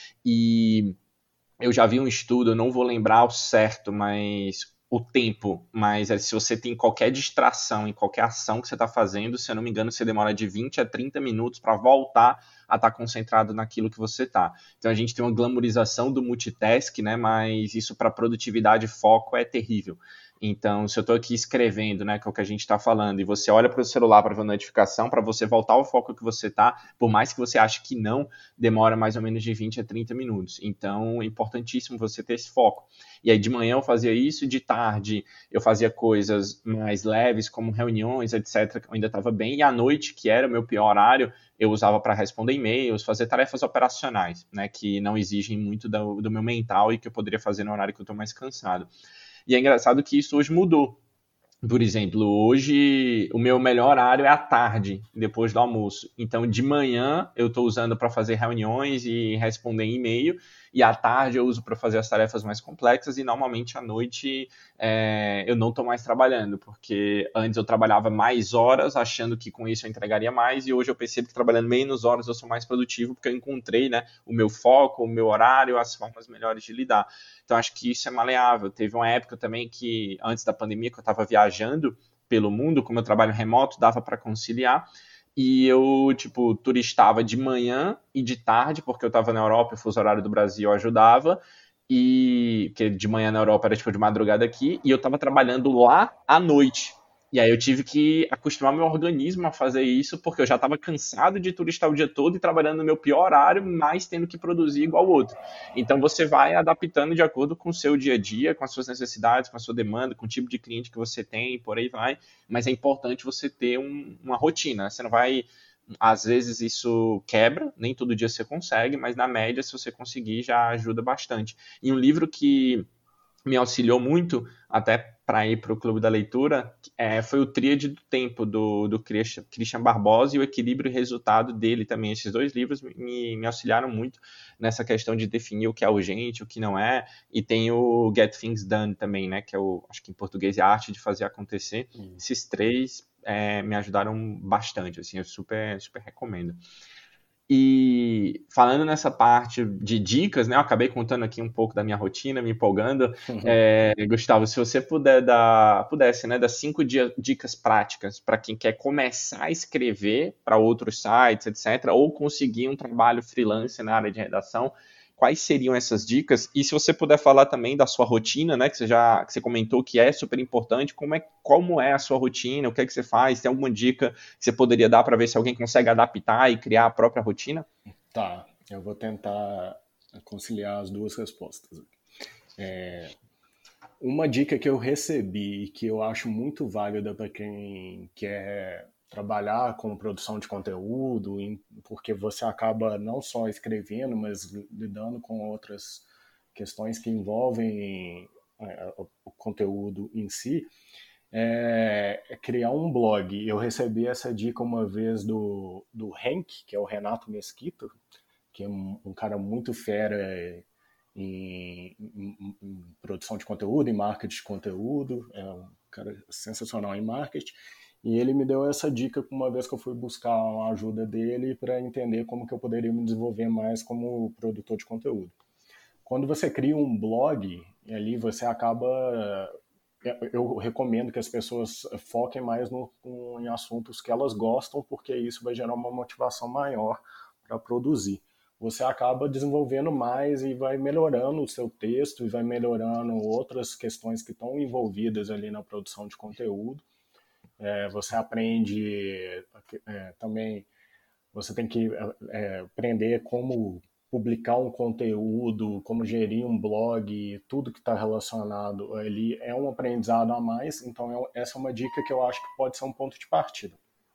E eu já vi um estudo, eu não vou lembrar o certo, mas o tempo, mas é, se você tem qualquer distração em qualquer ação que você está fazendo, se eu não me engano, você demora de vinte a trinta minutos para voltar a estar concentrado naquilo que você está. Então a gente tem uma glamorização do multitask, né? Mas isso para produtividade e foco é terrível. Então, se eu estou aqui escrevendo, né, que é o que a gente está falando, e você olha para o celular para ver a notificação, para você voltar ao foco que você está, por mais que você ache que não, demora mais ou menos de vinte a trinta minutos. Então, é importantíssimo você ter esse foco. E aí, de manhã eu fazia isso, de tarde eu fazia coisas mais leves, como reuniões, etcétera, que eu ainda estava bem, e à noite, que era o meu pior horário, eu usava para responder e-mails, fazer tarefas operacionais, né, que não exigem muito do, do meu mental e que eu poderia fazer no horário que eu estou mais cansado. E é engraçado que isso hoje mudou. Por exemplo, hoje o meu melhor horário é à tarde, depois do almoço. Então, de manhã eu estou usando para fazer reuniões e responder e-mail, e à tarde eu uso para fazer as tarefas mais complexas, e normalmente à noite é, eu não estou mais trabalhando, porque antes eu trabalhava mais horas, achando que com isso eu entregaria mais, e hoje eu percebo que trabalhando menos horas eu sou mais produtivo, porque eu encontrei, né, o meu foco, o meu horário, as formas melhores de lidar. Então, acho que isso é maleável. Teve uma época também que, antes da pandemia, que eu estava viajando pelo mundo, como eu trabalho remoto, dava para conciliar. E eu, tipo, turistava de manhã e de tarde, porque eu estava na Europa, o fuso horário do Brasil ajudava. E porque de manhã na Europa era tipo de madrugada aqui, e eu estava trabalhando lá à noite. E aí eu tive que acostumar meu organismo a fazer isso, porque eu já estava cansado de turistar o dia todo e trabalhando no meu pior horário, mas tendo que produzir igual o outro. Então você vai adaptando de acordo com o seu dia a dia, com as suas necessidades, com a sua demanda, com o tipo de cliente que você tem, por aí vai. Mas é importante você ter um, uma rotina. Você não vai... Às vezes isso quebra, nem todo dia você consegue, mas na média, se você conseguir, já ajuda bastante. E um livro que me auxiliou muito, até para ir para o Clube da Leitura, é, foi o Tríade do Tempo, do, do Christian Barbosa, e o Equilíbrio e Resultado dele também. Esses dois livros me, me auxiliaram muito nessa questão de definir o que é urgente, o que não é, e tem o Get Things Done também, né, que é o, acho que em português é a arte de fazer acontecer. Hum. Esses três é, me ajudaram bastante, assim, eu super, super recomendo. E falando nessa parte de dicas, né, eu acabei contando aqui um pouco da minha rotina, me empolgando. Uhum. É, Gustavo, se você puder dar, pudesse, né, dar cinco dia, dicas práticas para quem quer começar a escrever para outros sites, etcétera, ou conseguir um trabalho freelance na área de redação, quais seriam essas dicas? E se você puder falar também da sua rotina, né, que você já que você comentou que é super importante, como é, como é a sua rotina, o que é que você faz, tem alguma dica que você poderia dar para ver se alguém consegue adaptar e criar a própria rotina? Tá, eu vou tentar conciliar as duas respostas. É, uma dica que eu recebi e que eu acho muito válida para quem quer trabalhar com produção de conteúdo, porque você acaba não só escrevendo, mas lidando com outras questões que envolvem o conteúdo em si, é criar um blog. Eu recebi essa dica uma vez do, do Henk, que é o Renato Mesquita, que é um, um cara muito fera em, em, em produção de conteúdo, em marketing de conteúdo, é um cara sensacional em marketing, e ele me deu essa dica uma vez que eu fui buscar a ajuda dele para entender como que eu poderia me desenvolver mais como produtor de conteúdo. Quando você cria um blog, ali você acaba... Eu recomendo que as pessoas foquem mais no, em assuntos que elas gostam, porque isso vai gerar uma motivação maior para produzir. Você acaba desenvolvendo mais e vai melhorando o seu texto e vai melhorando outras questões que estão envolvidas ali na produção de conteúdo. É, você aprende é, também, você tem que é, aprender como publicar um conteúdo, como gerir um blog, tudo que está relacionado ali é um aprendizado a mais, então é, essa é uma dica que eu acho que pode ser um ponto de partida.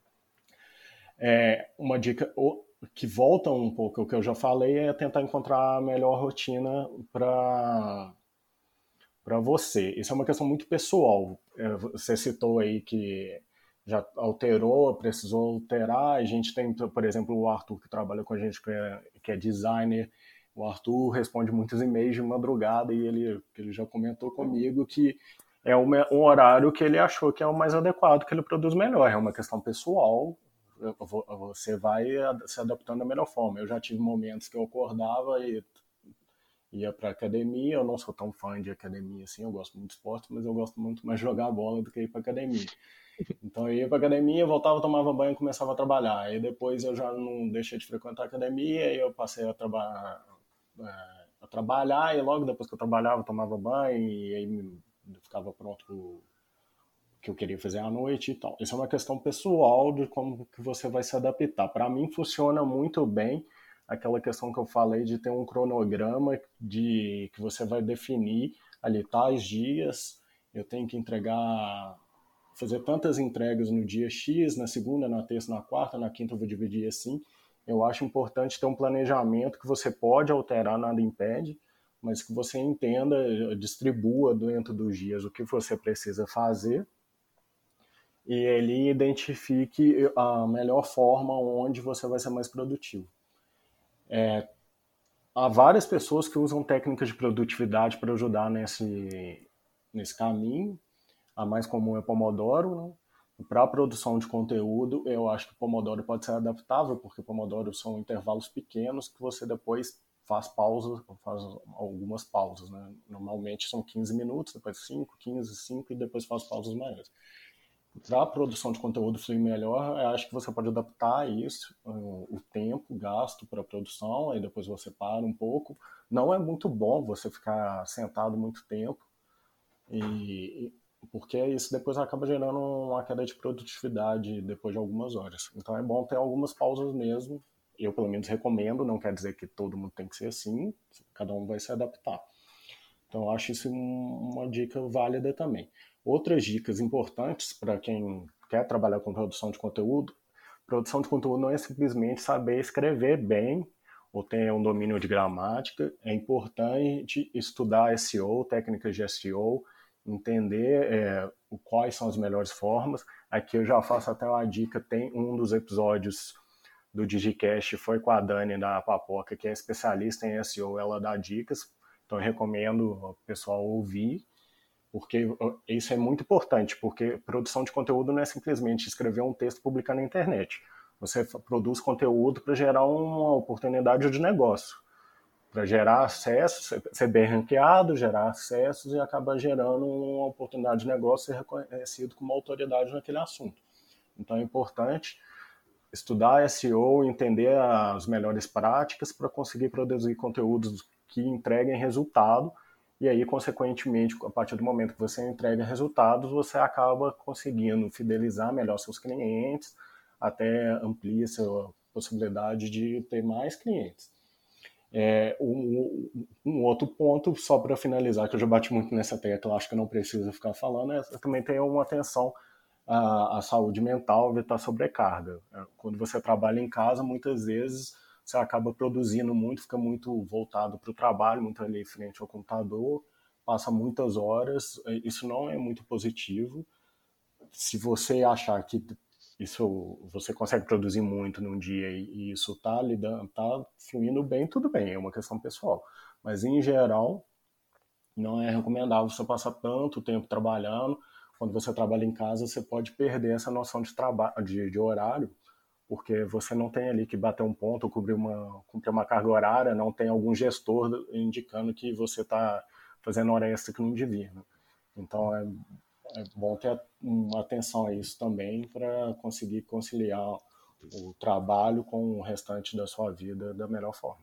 É, uma dica que volta um pouco ao que eu já falei é tentar encontrar a melhor rotina para para você. Isso é uma questão muito pessoal. Você citou aí que já alterou, precisou alterar. A gente tem, por exemplo, o Arthur, que trabalha com a gente, que é, que é designer. O Arthur responde muitos e-mails de madrugada e ele, ele já comentou comigo que é um horário que ele achou que é o mais adequado, que ele produz melhor. É uma questão pessoal. Você vai se adaptando da melhor forma. Eu já tive momentos que eu acordava e ia para academia. Eu não sou tão fã de academia assim, eu gosto muito de esporte, mas eu gosto muito mais de jogar bola do que ir para academia. Então eu ia para academia, voltava, tomava banho e começava a trabalhar. Aí depois eu já não deixei de frequentar a academia e eu passei a, traba a trabalhar, e logo depois que eu trabalhava, eu tomava banho e aí ficava pronto o que eu queria fazer à noite e tal. Isso é uma questão pessoal de como que você vai se adaptar. Para mim funciona muito bem aquela questão que eu falei de ter um cronograma de que você vai definir ali tais dias, eu tenho que entregar, fazer tantas entregas no dia X, na segunda, na terça, na quarta, na quinta eu vou dividir assim. Eu acho importante ter um planejamento que você pode alterar, nada impede, mas que você entenda, distribua dentro dos dias o que você precisa fazer e ele identifique a melhor forma onde você vai ser mais produtivo. É, há várias pessoas que usam técnicas de produtividade para ajudar nesse, nesse caminho. A mais comum é Pomodoro, né? Para a produção de conteúdo, eu acho que Pomodoro pode ser adaptável, porque Pomodoro são intervalos pequenos que você depois faz pausas, faz algumas pausas, né? Normalmente são quinze minutos, depois cinco, quinze, cinco e depois faz pausas maiores. Para a produção de conteúdo fluir melhor, eu acho que você pode adaptar isso, o tempo gasto para a produção, aí depois você para um pouco. Não é muito bom você ficar sentado muito tempo, e, porque isso depois acaba gerando uma queda de produtividade depois de algumas horas. Então é bom ter algumas pausas mesmo. Eu, pelo menos, recomendo, não quer dizer que todo mundo tem que ser assim, cada um vai se adaptar. Então eu acho isso uma dica válida também. Outras dicas importantes para quem quer trabalhar com produção de conteúdo: produção de conteúdo não é simplesmente saber escrever bem ou ter um domínio de gramática. É importante estudar S E O, técnicas de S E O, entender é, quais são as melhores formas. Aqui eu já faço até uma dica, tem um dos episódios do DigiCast, foi com a Dani da Papoca, que é especialista em S E O, ela dá dicas, então eu recomendo o pessoal ouvir, porque isso é muito importante, porque produção de conteúdo não é simplesmente escrever um texto e publicar na internet. Você produz conteúdo para gerar uma oportunidade de negócio, para gerar acesso, ser bem ranqueado, gerar acessos e acabar gerando uma oportunidade de negócio e ser reconhecido como autoridade naquele assunto. Então é importante estudar S E O, entender as melhores práticas para conseguir produzir conteúdos que entreguem resultado. E aí, consequentemente, a partir do momento que você entrega resultados, você acaba conseguindo fidelizar melhor seus clientes, até amplia a sua possibilidade de ter mais clientes. É, um, um outro ponto, só para finalizar, que eu já bati muito nessa tecla, acho que não precisa ficar falando, é também ter uma atenção à, à saúde mental, evitar sobrecarga. Quando você trabalha em casa, muitas vezes você acaba produzindo muito, fica muito voltado para o trabalho, muito ali frente ao computador, passa muitas horas, isso não é muito positivo. Se você achar que isso você consegue produzir muito num dia e isso está lidando, tá fluindo bem, tudo bem, é uma questão pessoal. Mas em geral, não é recomendável você passar tanto tempo trabalhando. Quando você trabalha em casa, você pode perder essa noção de trabalho, de, de horário, porque você não tem ali que bater um ponto, cobrir uma, cumprir uma carga horária, não tem algum gestor indicando que você está fazendo hora extra que não devia. Né? Então é é bom ter uma atenção a isso também para conseguir conciliar o trabalho com o restante da sua vida da melhor forma.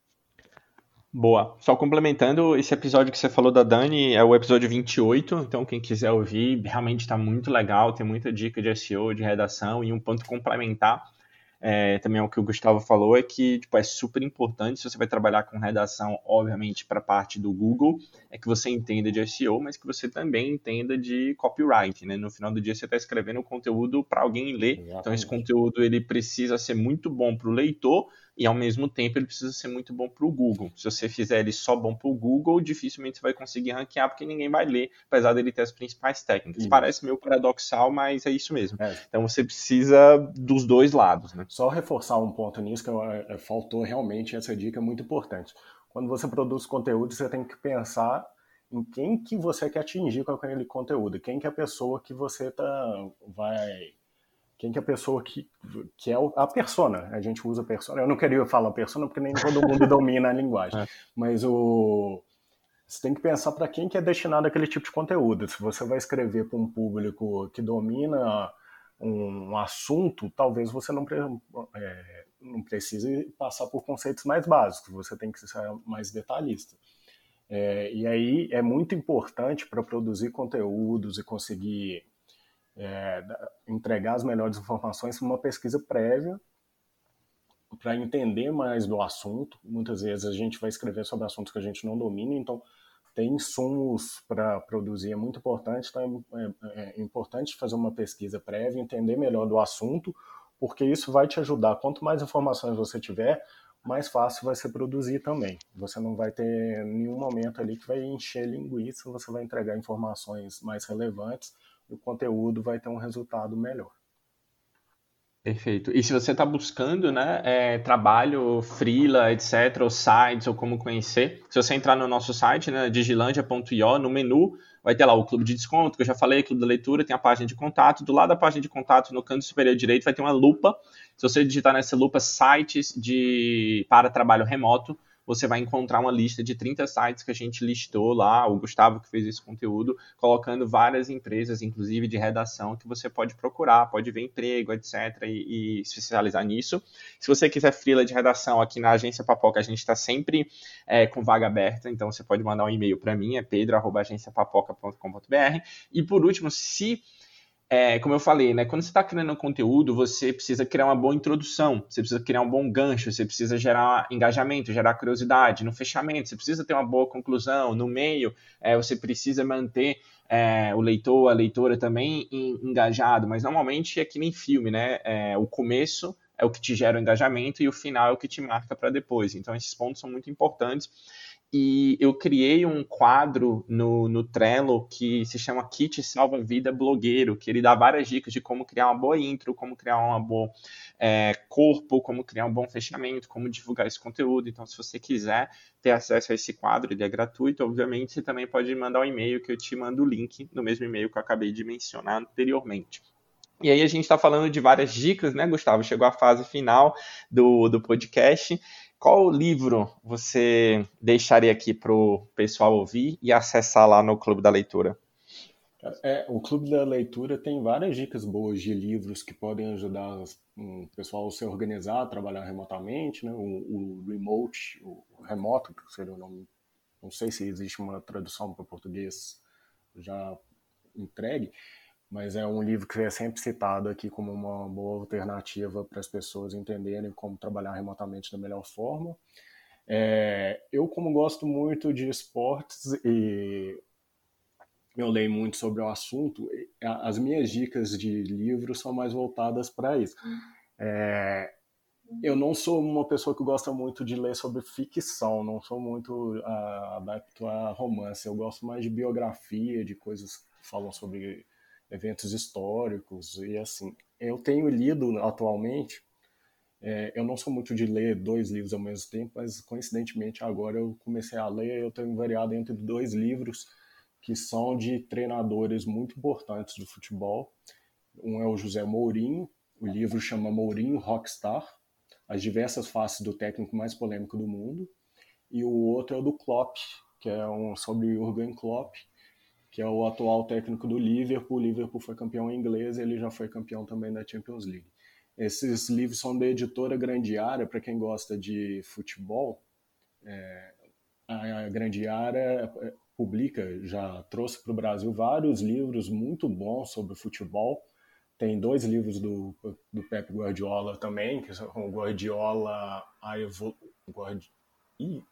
Boa. Só complementando, esse episódio que você falou da Dani é o episódio vinte e oito, então quem quiser ouvir, realmente está muito legal, tem muita dica de S E O, de redação, e um ponto complementar, é, também é o que o Gustavo falou, é que tipo, é super importante, se você vai trabalhar com redação, obviamente, para a parte do Google, é que você entenda de S E O, mas que você também entenda de copyright, né? No final do dia, você está escrevendo conteúdo para alguém ler, Exatamente. Então esse conteúdo ele precisa ser muito bom para o leitor, e ao mesmo tempo ele precisa ser muito bom para o Google. Se você fizer ele só bom para o Google, dificilmente você vai conseguir ranquear, porque ninguém vai ler, apesar dele ter as principais técnicas. Isso. Parece meio paradoxal, mas é isso mesmo. É. Então você precisa dos dois lados, né? Só reforçar um ponto nisso, que eu, eu, faltou realmente essa dica, é muito importante. Quando você produz conteúdo, você tem que pensar em quem que você quer atingir com aquele conteúdo, quem que é a pessoa que você tá, vai... Quem que é a pessoa que, que é a persona, a gente usa persona, eu não queria falar persona porque nem todo mundo domina a linguagem, é. Mas o, você tem que pensar para quem que é destinado aquele tipo de conteúdo. Se você vai escrever para um público que domina um assunto, talvez você não, é, não precise passar por conceitos mais básicos, você tem que ser mais detalhista. É, e aí é muito importante para produzir conteúdos e conseguir É, entregar as melhores informações uma pesquisa prévia para entender mais do assunto. Muitas vezes a gente vai escrever sobre assuntos que a gente não domina, então ter insumos para produzir é muito importante. Então é, é importante fazer uma pesquisa prévia, entender melhor do assunto, porque isso vai te ajudar. Quanto mais informações você tiver, mais fácil vai ser produzir também. Você não vai ter nenhum momento ali que vai encher linguiça, você vai entregar informações mais relevantes, o conteúdo vai ter um resultado melhor. Perfeito. E se você está buscando, né, é, trabalho, freela, etcétera, ou sites, ou como conhecer, se você entrar no nosso site, né, digilandia ponto io, no menu, vai ter lá o clube de desconto, que eu já falei, clube da leitura, tem a página de contato. Do lado da página de contato, no canto superior direito, vai ter uma lupa. Se você digitar nessa lupa sites de, para trabalho remoto, você vai encontrar uma lista de trinta sites que a gente listou lá, o Gustavo que fez esse conteúdo, colocando várias empresas, inclusive de redação, que você pode procurar, pode ver emprego, etcétera, e, e especializar nisso. Se você quiser freela de redação aqui na Agência Papoca, a gente está sempre é, com vaga aberta, então você pode mandar um e-mail para mim, é pedro arroba agência papoca ponto com ponto b r. E por último, se... É, como eu falei, né, quando você está criando um conteúdo, você precisa criar uma boa introdução, você precisa criar um bom gancho, você precisa gerar engajamento, gerar curiosidade. No fechamento, você precisa ter uma boa conclusão. No meio, é, você precisa manter é, o leitor, a leitora também engajado, mas normalmente é que nem filme, né? É, o começo é o que te gera o engajamento e o final é o que te marca para depois. Então, esses pontos são muito importantes. E eu criei um quadro no, no Trello que se chama Kit Salva Vida Blogueiro, que ele dá várias dicas de como criar uma boa intro, como criar uma boa é, corpo, como criar um bom fechamento, como divulgar esse conteúdo. Então, se você quiser ter acesso a esse quadro, ele é gratuito. Obviamente, você também pode mandar um e-mail que eu te mando o link no mesmo e-mail que eu acabei de mencionar anteriormente. E aí a gente está falando de várias dicas, né, Gustavo? Chegou a fase final do, do podcast. Qual livro você deixaria aqui para o pessoal ouvir e acessar lá no Clube da Leitura? É, o Clube da Leitura tem várias dicas boas de livros que podem ajudar o pessoal a se organizar, a trabalhar remotamente, né? o, o remote, o remoto, que seria o nome, não sei se existe uma tradução para português já entregue, mas é um livro que é sempre citado aqui como uma boa alternativa para as pessoas entenderem como trabalhar remotamente da melhor forma. É, eu, como gosto muito de esportes e eu leio muito sobre o assunto, as minhas dicas de livro são mais voltadas para isso. É, eu não sou uma pessoa que gosta muito de ler sobre ficção, não sou muito uh, adepto a romance. Eu gosto mais de biografia, de coisas que falam sobre eventos históricos e assim. Eu tenho lido atualmente, é, eu não sou muito de ler dois livros ao mesmo tempo, mas coincidentemente agora eu comecei a ler, eu tenho variado entre dois livros que são de treinadores muito importantes do futebol. Um é o José Mourinho, o livro chama Mourinho Rockstar, as diversas faces do técnico mais polêmico do mundo, e o outro é o do Klopp, que é um sobre Jürgen Klopp, que é o atual técnico do Liverpool. O Liverpool foi campeão inglês e ele já foi campeão também da Champions League. Esses livros são da editora Grandiara, para quem gosta de futebol. É, a Grandiara publica, já trouxe para o Brasil vários livros muito bons sobre futebol. Tem dois livros do, do Pep Guardiola também, que são o Guardiola, a Evo... Guardi... Ih,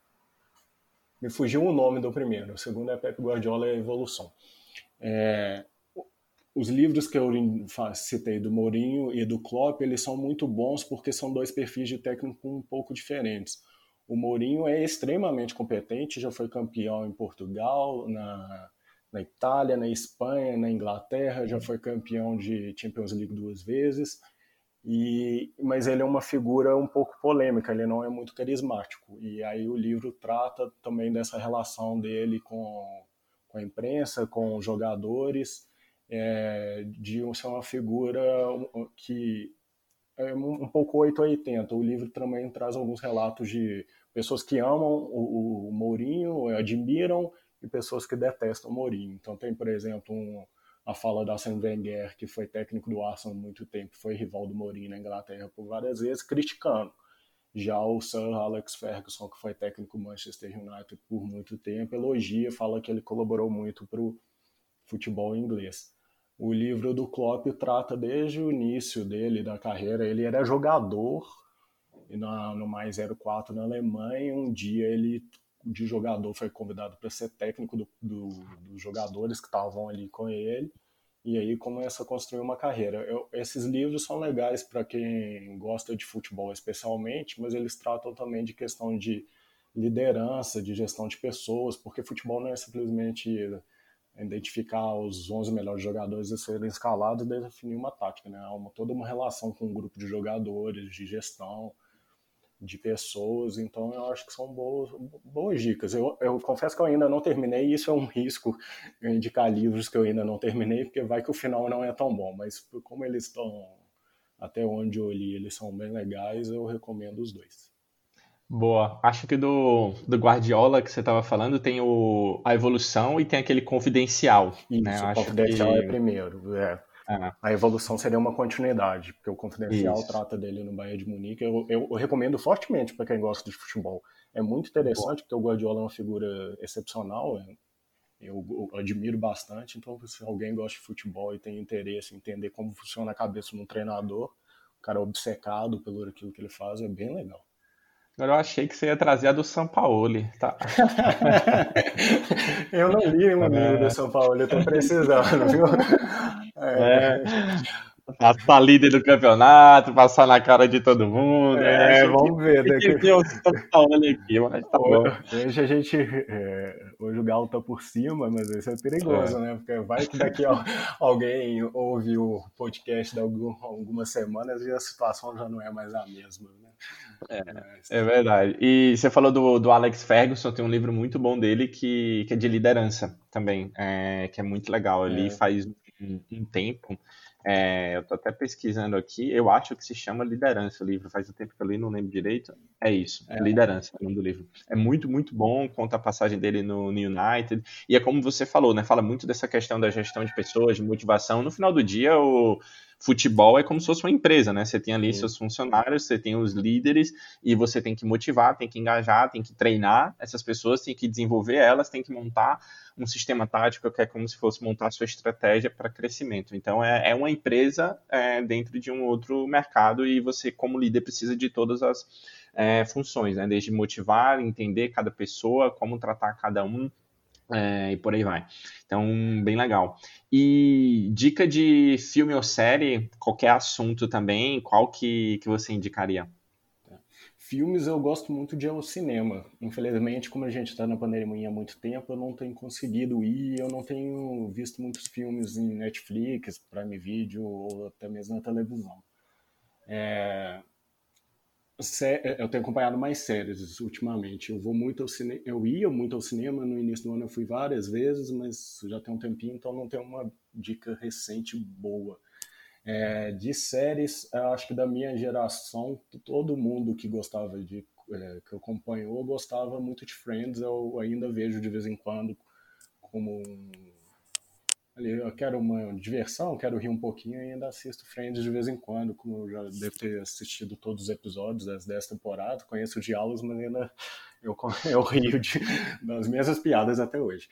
me fugiu o nome do primeiro. O segundo é Pep Guardiola e a Evolução. É... Os livros que eu citei do Mourinho e do Klopp, eles são muito bons porque são dois perfis de técnico um pouco diferentes. O Mourinho é extremamente competente, já foi campeão em Portugal, na... na Itália, na Espanha, na Inglaterra, já foi campeão de Champions League duas vezes, e, mas ele é uma figura um pouco polêmica, ele não é muito carismático, e aí o livro trata também dessa relação dele com, com a imprensa, com os jogadores, é, de ser uma figura que é um pouco oito a oitenta. O livro também traz alguns relatos de pessoas que amam o, o Mourinho, admiram, e pessoas que detestam o Mourinho. Então tem, por exemplo, um, a fala da Arsène Wenger, que foi técnico do Arsenal há muito tempo, foi rival do Mourinho na Inglaterra por várias vezes, criticando. Já o Sir Alex Ferguson, que foi técnico do Manchester United por muito tempo, elogia, fala que ele colaborou muito para o futebol inglês. O livro do Klopp trata desde o início dele, da carreira. Ele era jogador na, no Mais zero quatro na Alemanha. Um dia ele, de jogador, foi convidado para ser técnico do, do, dos jogadores que estavam ali com ele. E aí começa a construir uma carreira. Eu, esses livros são legais para quem gosta de futebol especialmente, mas eles tratam também de questão de liderança, de gestão de pessoas, porque futebol não é simplesmente identificar os onze melhores jogadores e serem escalados e definir uma tática, né? Há uma, toda uma relação com um grupo de jogadores, de gestão, de pessoas. Então eu acho que são boas, boas dicas. Eu, eu confesso que eu ainda não terminei, e isso é um risco, eu indicar livros que eu ainda não terminei, porque vai que o final não é tão bom, mas como eles estão, até onde eu li, eles são bem legais, eu recomendo os dois. Boa. Acho que do, do Guardiola que você estava falando tem o, a Evolução e tem aquele Confidencial. Isso, né? o Acho Confidencial que... é primeiro, é. Ah, A Evolução seria uma continuidade, porque o Confidencial isso. trata dele no Bayern de Munique. Eu, eu, eu recomendo fortemente para quem gosta de futebol. É muito interessante, Boa. Porque o Guardiola é uma figura excepcional, eu, eu admiro bastante. Então, se alguém gosta de futebol e tem interesse em entender como funciona a cabeça de um treinador, o cara obcecado pelo aquilo que ele faz, é bem legal. Agora eu achei que você ia trazer a do Sampaoli, tá? Eu não li o livro do Sampaoli, eu tô precisando, viu? É. É. Passar líder do campeonato, passar na cara de todo mundo. É, é vamos que, ver. Que, que eu estou falando aqui, mas tá bom. Hoje a gente. É, hoje o Galo tá por cima, mas isso é perigoso, é. né? Porque vai que daqui ó, alguém ouve o podcast de algum, algumas semanas e a situação já não é mais a mesma, né? É, mas... é verdade. E você falou do, do Alex Ferguson, tem um livro muito bom dele que, que é de liderança também, é, que é muito legal. Ali é. faz um, um tempo. É, eu tô até pesquisando aqui, eu acho que se chama Liderança o livro, faz um tempo que eu li, não lembro direito. É isso, é. Liderança, é o nome do livro. É muito, muito bom, conta a passagem dele no, no United, e é como você falou, né? Fala muito dessa questão da gestão de pessoas, de motivação. No final do dia, o futebol é como se fosse uma empresa, né? Você tem ali Sim. seus funcionários, você tem os líderes, e você tem que motivar, tem que engajar, tem que treinar essas pessoas, tem que desenvolver elas, tem que montar um sistema tático que é como se fosse montar a sua estratégia para crescimento. Então, é, é uma empresa é, dentro de um outro mercado, e você, como líder, precisa de todas as é, funções, né? Desde motivar, entender cada pessoa, como tratar cada um, é, e por aí vai. Então, bem legal. E dica de filme ou série, qualquer assunto também, qual que, que você indicaria? Filmes eu gosto muito de ir ao cinema. Infelizmente, como a gente está na pandemia há muito tempo, eu não tenho conseguido ir, eu não tenho visto muitos filmes em Netflix, Prime Video ou até mesmo na televisão. É, eu tenho acompanhado mais séries ultimamente. Eu vou muito ao cine... eu ia muito ao cinema no início do ano, eu fui várias vezes, mas já tem um tempinho, então não tenho uma dica recente boa. É, de séries, eu acho que da minha geração, todo mundo que gostava de é, que eu acompanhou gostava muito de Friends. Eu ainda vejo de vez em quando como um, ali, eu quero uma diversão, quero rir um pouquinho e ainda assisto Friends de vez em quando, como eu já devo ter assistido todos os episódios das dez temporadas, conheço os diálogos, mas ainda eu, eu rio de, das mesmas piadas até hoje.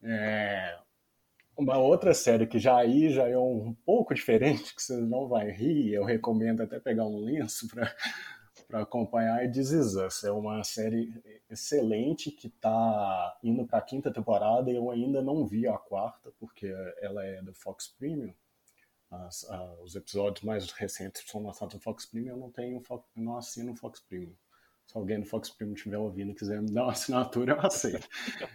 É, uma outra série que já aí já é um pouco diferente, que você não vai rir, eu recomendo até pegar um lenço para acompanhar, é This Is Us. É uma série excelente que está indo para a quinta temporada e eu ainda não vi a quarta, porque ela é do Fox Premium. As, a, os episódios mais recentes são lançados no Fox Premium, eu não tenho, eu não assino o Fox Premium. Se alguém do Fox Premium estiver ouvindo e quiser me dar uma assinatura, eu aceito.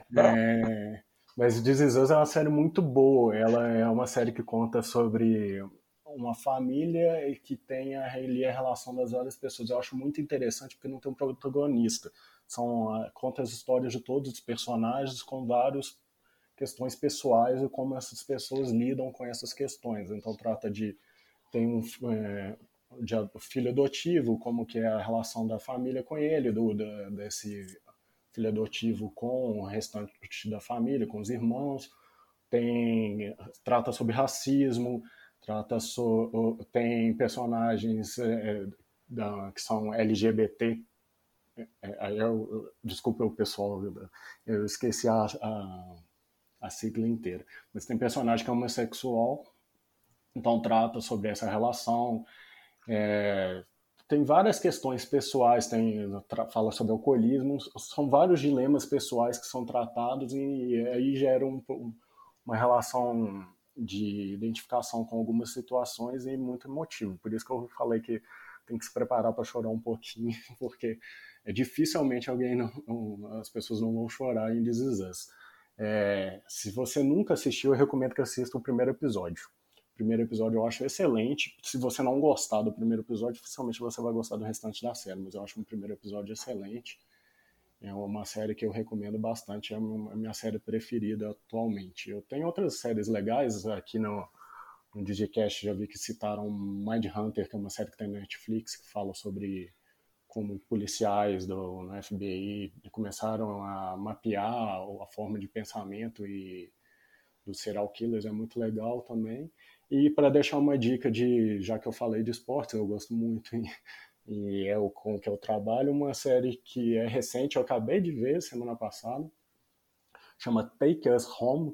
É... Mas This Is Us é uma série muito boa. Ela é uma série que conta sobre uma família e que tem a, ali a relação das várias pessoas. Eu acho muito interessante porque não tem um protagonista. São, conta as histórias de todos os personagens com várias questões pessoais e como essas pessoas lidam com essas questões. Então trata de... Tem um... É, de filho adotivo, como que é a relação da família com ele, do, da, desse... filho adotivo com o restante da família, com os irmãos, tem, trata sobre racismo, trata so, tem personagens é, da, que são L G B T, é, eu, desculpa o pessoal, eu esqueci a, a, a sigla inteira, mas tem personagem que é homossexual, então trata sobre essa relação, é, tem várias questões pessoais, tem, fala sobre alcoolismo, são vários dilemas pessoais que são tratados e aí gera um, uma relação de identificação com algumas situações e muito emotivo. Por isso que eu falei que tem que se preparar para chorar um pouquinho, porque é, dificilmente alguém não, as pessoas não vão chorar em This Is Us. É, se você nunca assistiu, eu recomendo que assista o primeiro episódio. O primeiro episódio eu acho excelente. Se você não gostar do primeiro episódio, dificilmente você vai gostar do restante da série, mas eu acho o primeiro episódio excelente. É uma série que eu recomendo bastante, é a minha série preferida atualmente. Eu tenho outras séries legais aqui no, no DigiCast, já vi que citaram Mindhunter, que é uma série que tem na Netflix, que fala sobre como policiais do no F B I começaram a mapear a forma de pensamento e dos serial killers, é muito legal também. E para deixar uma dica de, já que eu falei de esportes, eu gosto muito e, e é o com que eu trabalho, uma série que é recente, eu acabei de ver semana passada, chama Take Us Home,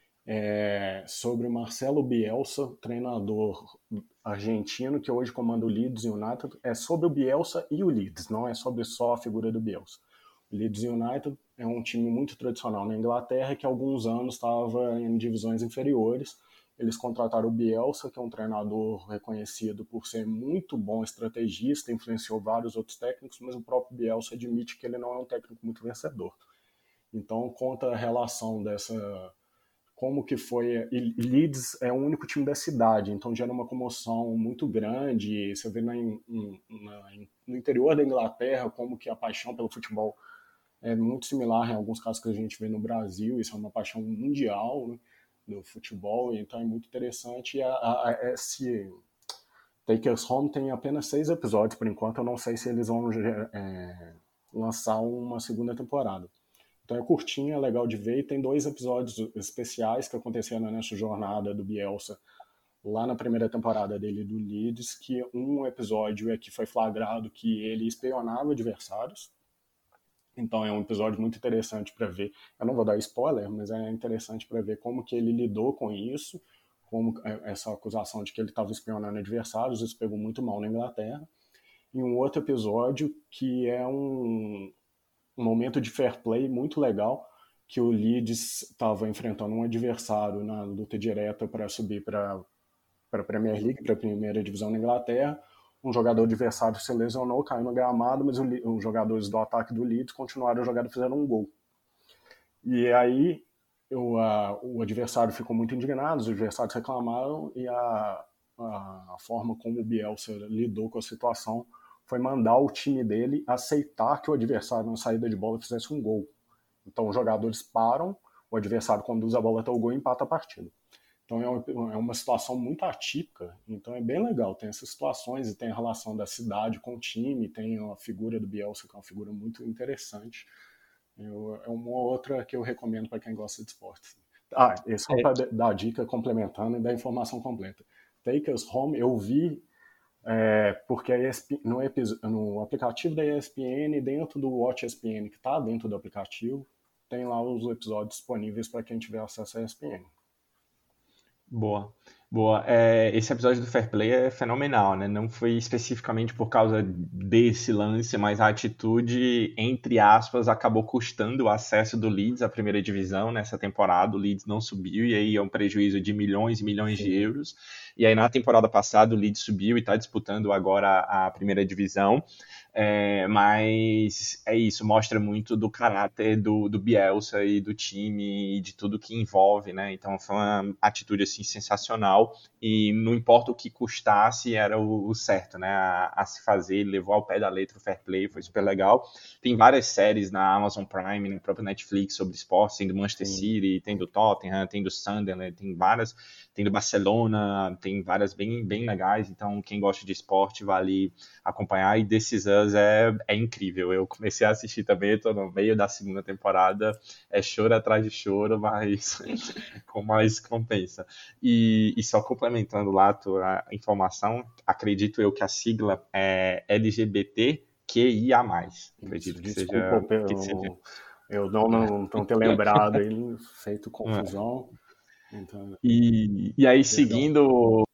é sobre Marcelo Bielsa, treinador argentino que hoje comanda o Leeds United. É sobre o Bielsa e o Leeds, não é sobre só a figura do Bielsa. O Leeds United é um time muito tradicional na Inglaterra que há alguns anos estava em divisões inferiores. Eles contrataram o Bielsa, que é um treinador reconhecido por ser muito bom estrategista, influenciou vários outros técnicos, mas o próprio Bielsa admite que ele não é um técnico muito vencedor. Então conta a relação dessa... como que foi... E Leeds é o único time da cidade, então gera uma comoção muito grande. Você vê na, na, no interior da Inglaterra como que a paixão pelo futebol é muito similar em alguns casos que a gente vê no Brasil. Isso é uma paixão mundial, né, do futebol, então é muito interessante. E a, a, a, esse Take Us Home tem apenas seis episódios por enquanto, eu não sei se eles vão é, lançar uma segunda temporada. Então é curtinho, é legal de ver, e tem dois episódios especiais que aconteceram nessa jornada do Bielsa lá na primeira temporada dele do Leeds, que um episódio é que foi flagrado que ele espionava adversários. Então é um episódio muito interessante para ver. Eu não vou dar spoiler, mas é interessante para ver como que ele lidou com isso, como essa acusação de que ele estava espionando adversários, isso pegou muito mal na Inglaterra. e um outro episódio que é um, um momento de fair play muito legal, que o Leeds estava enfrentando um adversário na luta direta para subir para a Premier League, para a primeira divisão da Inglaterra. Um jogador adversário se lesionou, caiu no gramado, mas os jogadores do ataque do Leeds continuaram a jogar e fizeram um gol. E aí eu, a, o adversário ficou muito indignado, os adversários reclamaram, e a, a forma como o Bielsa lidou com a situação foi mandar o time dele aceitar que o adversário na saída de bola fizesse um gol. Então os jogadores param, o adversário conduz a bola até o gol e empata a partida. Então é uma, é uma situação muito atípica, então é bem legal, tem essas situações e tem a relação da cidade com o time, tem a figura do Bielsa, que é uma figura muito interessante. Eu, é uma outra que eu recomendo para quem gosta de esportes. Ah, e só para dar a dica complementando e dar a informação completa. Take Us Home eu vi é, porque a E S P N, no, no aplicativo da E S P N, dentro do Watch E S P N, que está dentro do aplicativo, tem lá os episódios disponíveis para quem tiver acesso à E S P N. Boa, boa. É, esse episódio do Fair Play é fenomenal, né? Não foi especificamente por causa desse lance, mas a atitude, entre aspas, acabou custando o acesso do Leeds à primeira divisão nessa temporada. O Leeds não subiu e aí é um prejuízo de milhões e milhões Sim. de euros. E aí na temporada passada o Leeds subiu e está disputando agora a primeira divisão. É, mas é isso, mostra muito do caráter do, do Bielsa e do time e de tudo que envolve, né? Então foi uma atitude assim sensacional e não importa o que custasse, era o, o certo, né? A, a se fazer, ele levou ao pé da letra o fair play, foi super legal. Tem várias séries na Amazon Prime, no próprio Netflix sobre esporte, tem do Manchester Sim. City, tem do Tottenham, tem do Sunderland, tem várias, tem do Barcelona, tem várias bem, bem legais, então quem gosta de esporte vale acompanhar. E This É, é incrível, eu comecei a assistir também, estou no meio da segunda temporada, é choro atrás de choro, mas com mais compensa. E, e só complementando lá a tua informação, acredito eu que a sigla é L G B T Q I A mais. Acredito que Desculpa, seja, eu, que seja... eu não, não, não ter lembrado, aí, feito confusão. Então, e, e aí, seguindo,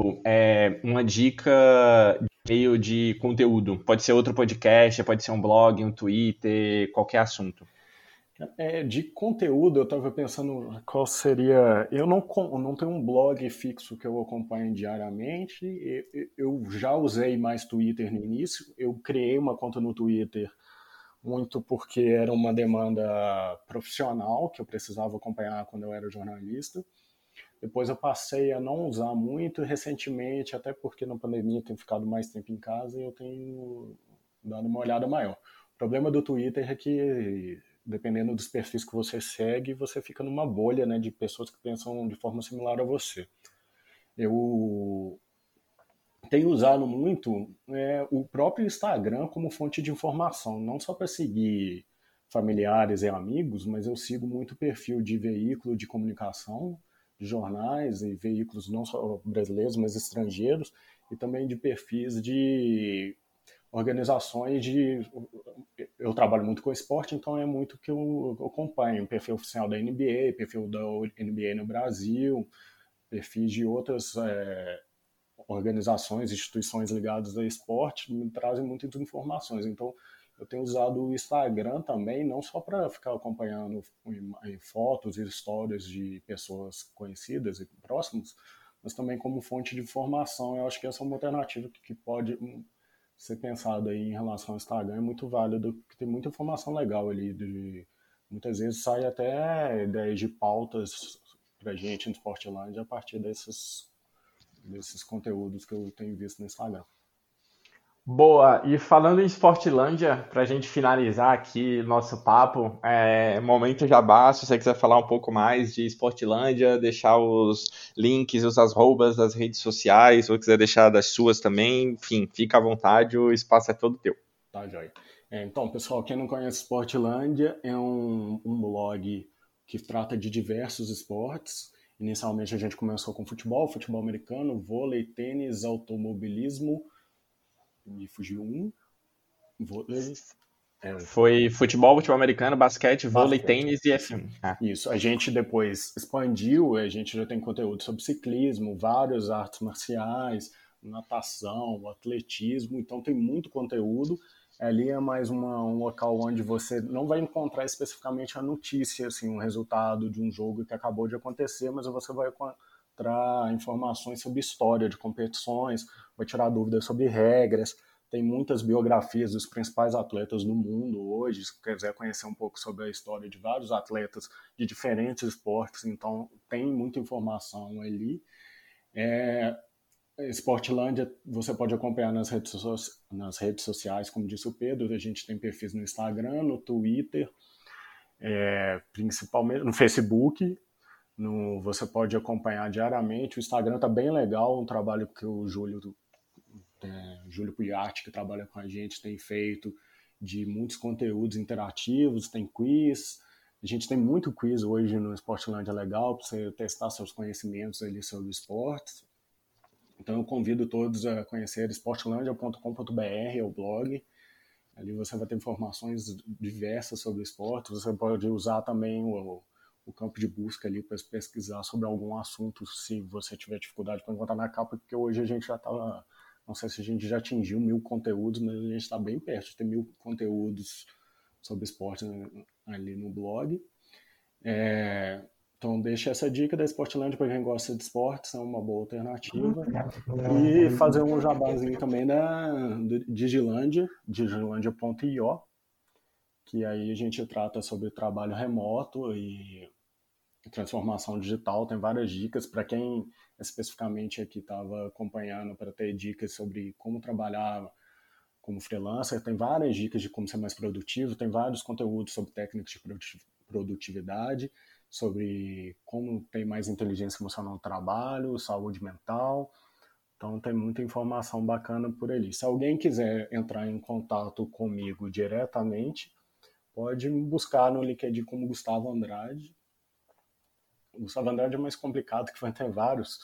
é, uma dica meio de conteúdo. Pode ser outro podcast, pode ser um blog, um Twitter, qualquer assunto. É, de conteúdo, eu estava pensando qual seria... Eu não, não tenho um blog fixo que eu acompanho diariamente. Eu já usei mais Twitter no início. Eu criei uma conta no Twitter muito porque era uma demanda profissional que eu precisava acompanhar quando eu era jornalista. Depois eu passei a não usar muito recentemente, até porque na pandemia eu tenho ficado mais tempo em casa e eu tenho dado uma olhada maior. O problema do Twitter é que, dependendo dos perfis que você segue, você fica numa bolha, né, de pessoas que pensam de forma similar a você. Eu tenho usado muito é, o próprio Instagram como fonte de informação, não só para seguir familiares e amigos, mas eu sigo muito perfil de veículo de comunicação, de jornais e veículos não só brasileiros, mas estrangeiros, e também de perfis de organizações de... Eu trabalho muito com esporte, então é muito que eu acompanho. O perfil oficial da N B A, perfil da N B A no Brasil, perfis de outras é, organizações, instituições ligadas a esporte, me trazem muitas informações. Então, eu tenho usado o Instagram também, não só para ficar acompanhando fotos e histórias de pessoas conhecidas e próximas, mas também como fonte de informação. Eu acho que essa é uma alternativa que pode ser pensada aí em relação ao Instagram, é muito válido, porque tem muita informação legal ali. De, muitas vezes sai até ideias de pautas para a gente no Sportland a partir desses, desses conteúdos que eu tenho visto no Instagram. Boa, e falando em Sportlândia, para a gente finalizar aqui nosso papo, é, momento jabá, se você quiser falar um pouco mais de Sportlândia, deixar os links, os arrobas das redes sociais, ou quiser deixar das suas também, enfim, fica à vontade, o espaço é todo teu. Tá, joia. É, então, pessoal, quem não conhece Sportlândia, é um, um blog que trata de diversos esportes. Inicialmente a gente começou com futebol, futebol americano, vôlei, tênis, automobilismo, me fugiu um. Vôlei. É. Foi futebol, futebol americano, basquete, vôlei, basquete. tênis e F um. Ah. Isso. A gente depois expandiu, a gente já tem conteúdo sobre ciclismo, várias artes marciais, natação, atletismo, então tem muito conteúdo. Ali é mais uma, um local onde você não vai encontrar especificamente a notícia, assim, um resultado de um jogo que acabou de acontecer, mas você vai encontrar informações sobre história de competições, vai tirar dúvidas sobre regras. Tem muitas biografias dos principais atletas do mundo hoje. Se quiser conhecer um pouco sobre a história de vários atletas de diferentes esportes, então tem muita informação ali. É, Sportlândia você pode acompanhar nas redes, so- nas redes sociais, como disse o Pedro. A gente tem perfis no Instagram, no Twitter, é, principalmente no Facebook. No, você pode acompanhar diariamente. O Instagram está bem legal, um trabalho que o Júlio É, Júlio Pugliatti, que trabalha com a gente, tem feito de muitos conteúdos interativos, tem quiz. A gente tem muito quiz hoje no Sportlândia legal, para você testar seus conhecimentos ali sobre esportes. Então eu convido todos a conhecer sportlândia ponto com ponto b r, é o blog. Ali você vai ter informações diversas sobre esporte. Você pode usar também o, o campo de busca ali para pesquisar sobre algum assunto, se você tiver dificuldade para encontrar na capa, porque hoje a gente já está... Não sei se a gente já atingiu mil conteúdos, mas a gente está bem perto de ter mil conteúdos sobre esporte ali no blog. É, então, deixa essa dica da Sportlândia para quem gosta de esportes, é uma boa alternativa. E fazer um jabazinho também da Digilândia, digilândia ponto i o, que aí a gente trata sobre trabalho remoto e transformação digital. Tem várias dicas para quem especificamente aqui estava acompanhando, para ter dicas sobre como trabalhar como freelancer. Tem várias dicas de como ser mais produtivo, tem vários conteúdos sobre técnicas de produtividade, sobre como ter mais inteligência emocional no trabalho, saúde mental. Então tem muita informação bacana por ali. Se alguém quiser entrar em contato comigo diretamente, pode me buscar no LinkedIn como Gustavo Andrade. O Gustavo Andrade é mais complicado, que vai ter vários,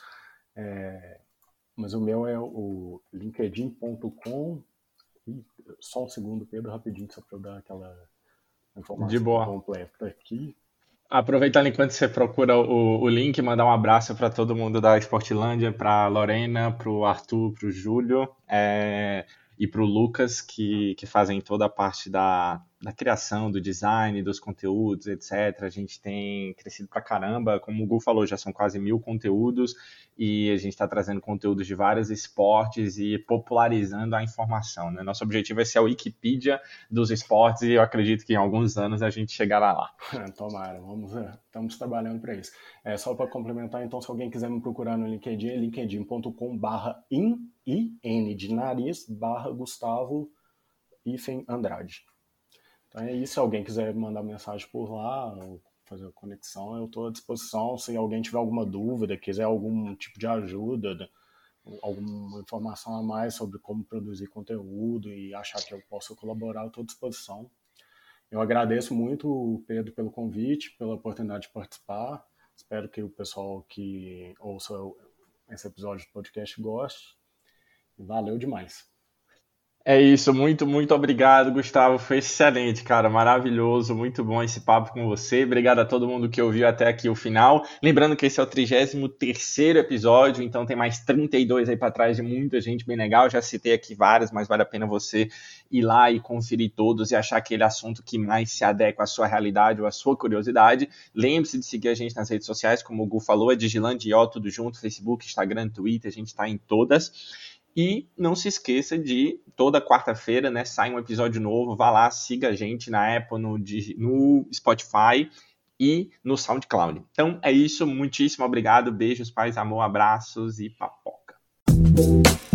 é, mas o meu é o linkedin ponto com. Só um segundo, Pedro, rapidinho, só para eu dar aquela informação De boa. completa aqui. Aproveitando enquanto você procura o, o link, mandar um abraço para todo mundo da Sportlândia, para a Lorena, para o Arthur, para o Júlio é, e para o Lucas, que, que fazem toda a parte da, da criação, do design, dos conteúdos, etcétera. A gente tem crescido pra caramba, como o Gu falou, já são quase mil conteúdos e a gente está trazendo conteúdos de vários esportes e popularizando a informação, né? Nosso objetivo é ser a Wikipedia dos esportes e eu acredito que em alguns anos a gente chegará lá. Tomara, vamos, estamos trabalhando para isso. É, só para complementar, então, se alguém quiser me procurar no LinkedIn, é linkedin ponto com barra in, in de nariz, barra Gustavo hífen Andrade. Então é isso, se alguém quiser mandar mensagem por lá, ou fazer a conexão, eu estou à disposição. Se alguém tiver alguma dúvida, quiser algum tipo de ajuda, alguma informação a mais sobre como produzir conteúdo e achar que eu posso colaborar, eu estou à disposição. Eu agradeço muito, Pedro, pelo convite, pela oportunidade de participar. Espero que o pessoal que ouça esse episódio do podcast goste. Valeu demais. É isso, muito, muito obrigado, Gustavo. Foi excelente, cara, maravilhoso, muito bom esse papo com você. Obrigado a todo mundo que ouviu até aqui o final. Lembrando que esse é o trigésimo terceiro episódio, então tem mais trinta e dois aí para trás de muita gente bem legal. Já citei aqui vários, mas vale a pena você ir lá e conferir todos e achar aquele assunto que mais se adequa à sua realidade ou à sua curiosidade. Lembre-se de seguir a gente nas redes sociais, como o Gu falou, é Digilândia, tudo junto, Facebook, Instagram, Twitter, a gente está em todas. E não se esqueça de, toda quarta-feira, né, sai um episódio novo, vá lá, siga a gente na Apple, no, no Spotify e no SoundCloud. Então é isso, muitíssimo obrigado, beijos, paz, amor, abraços e papoca.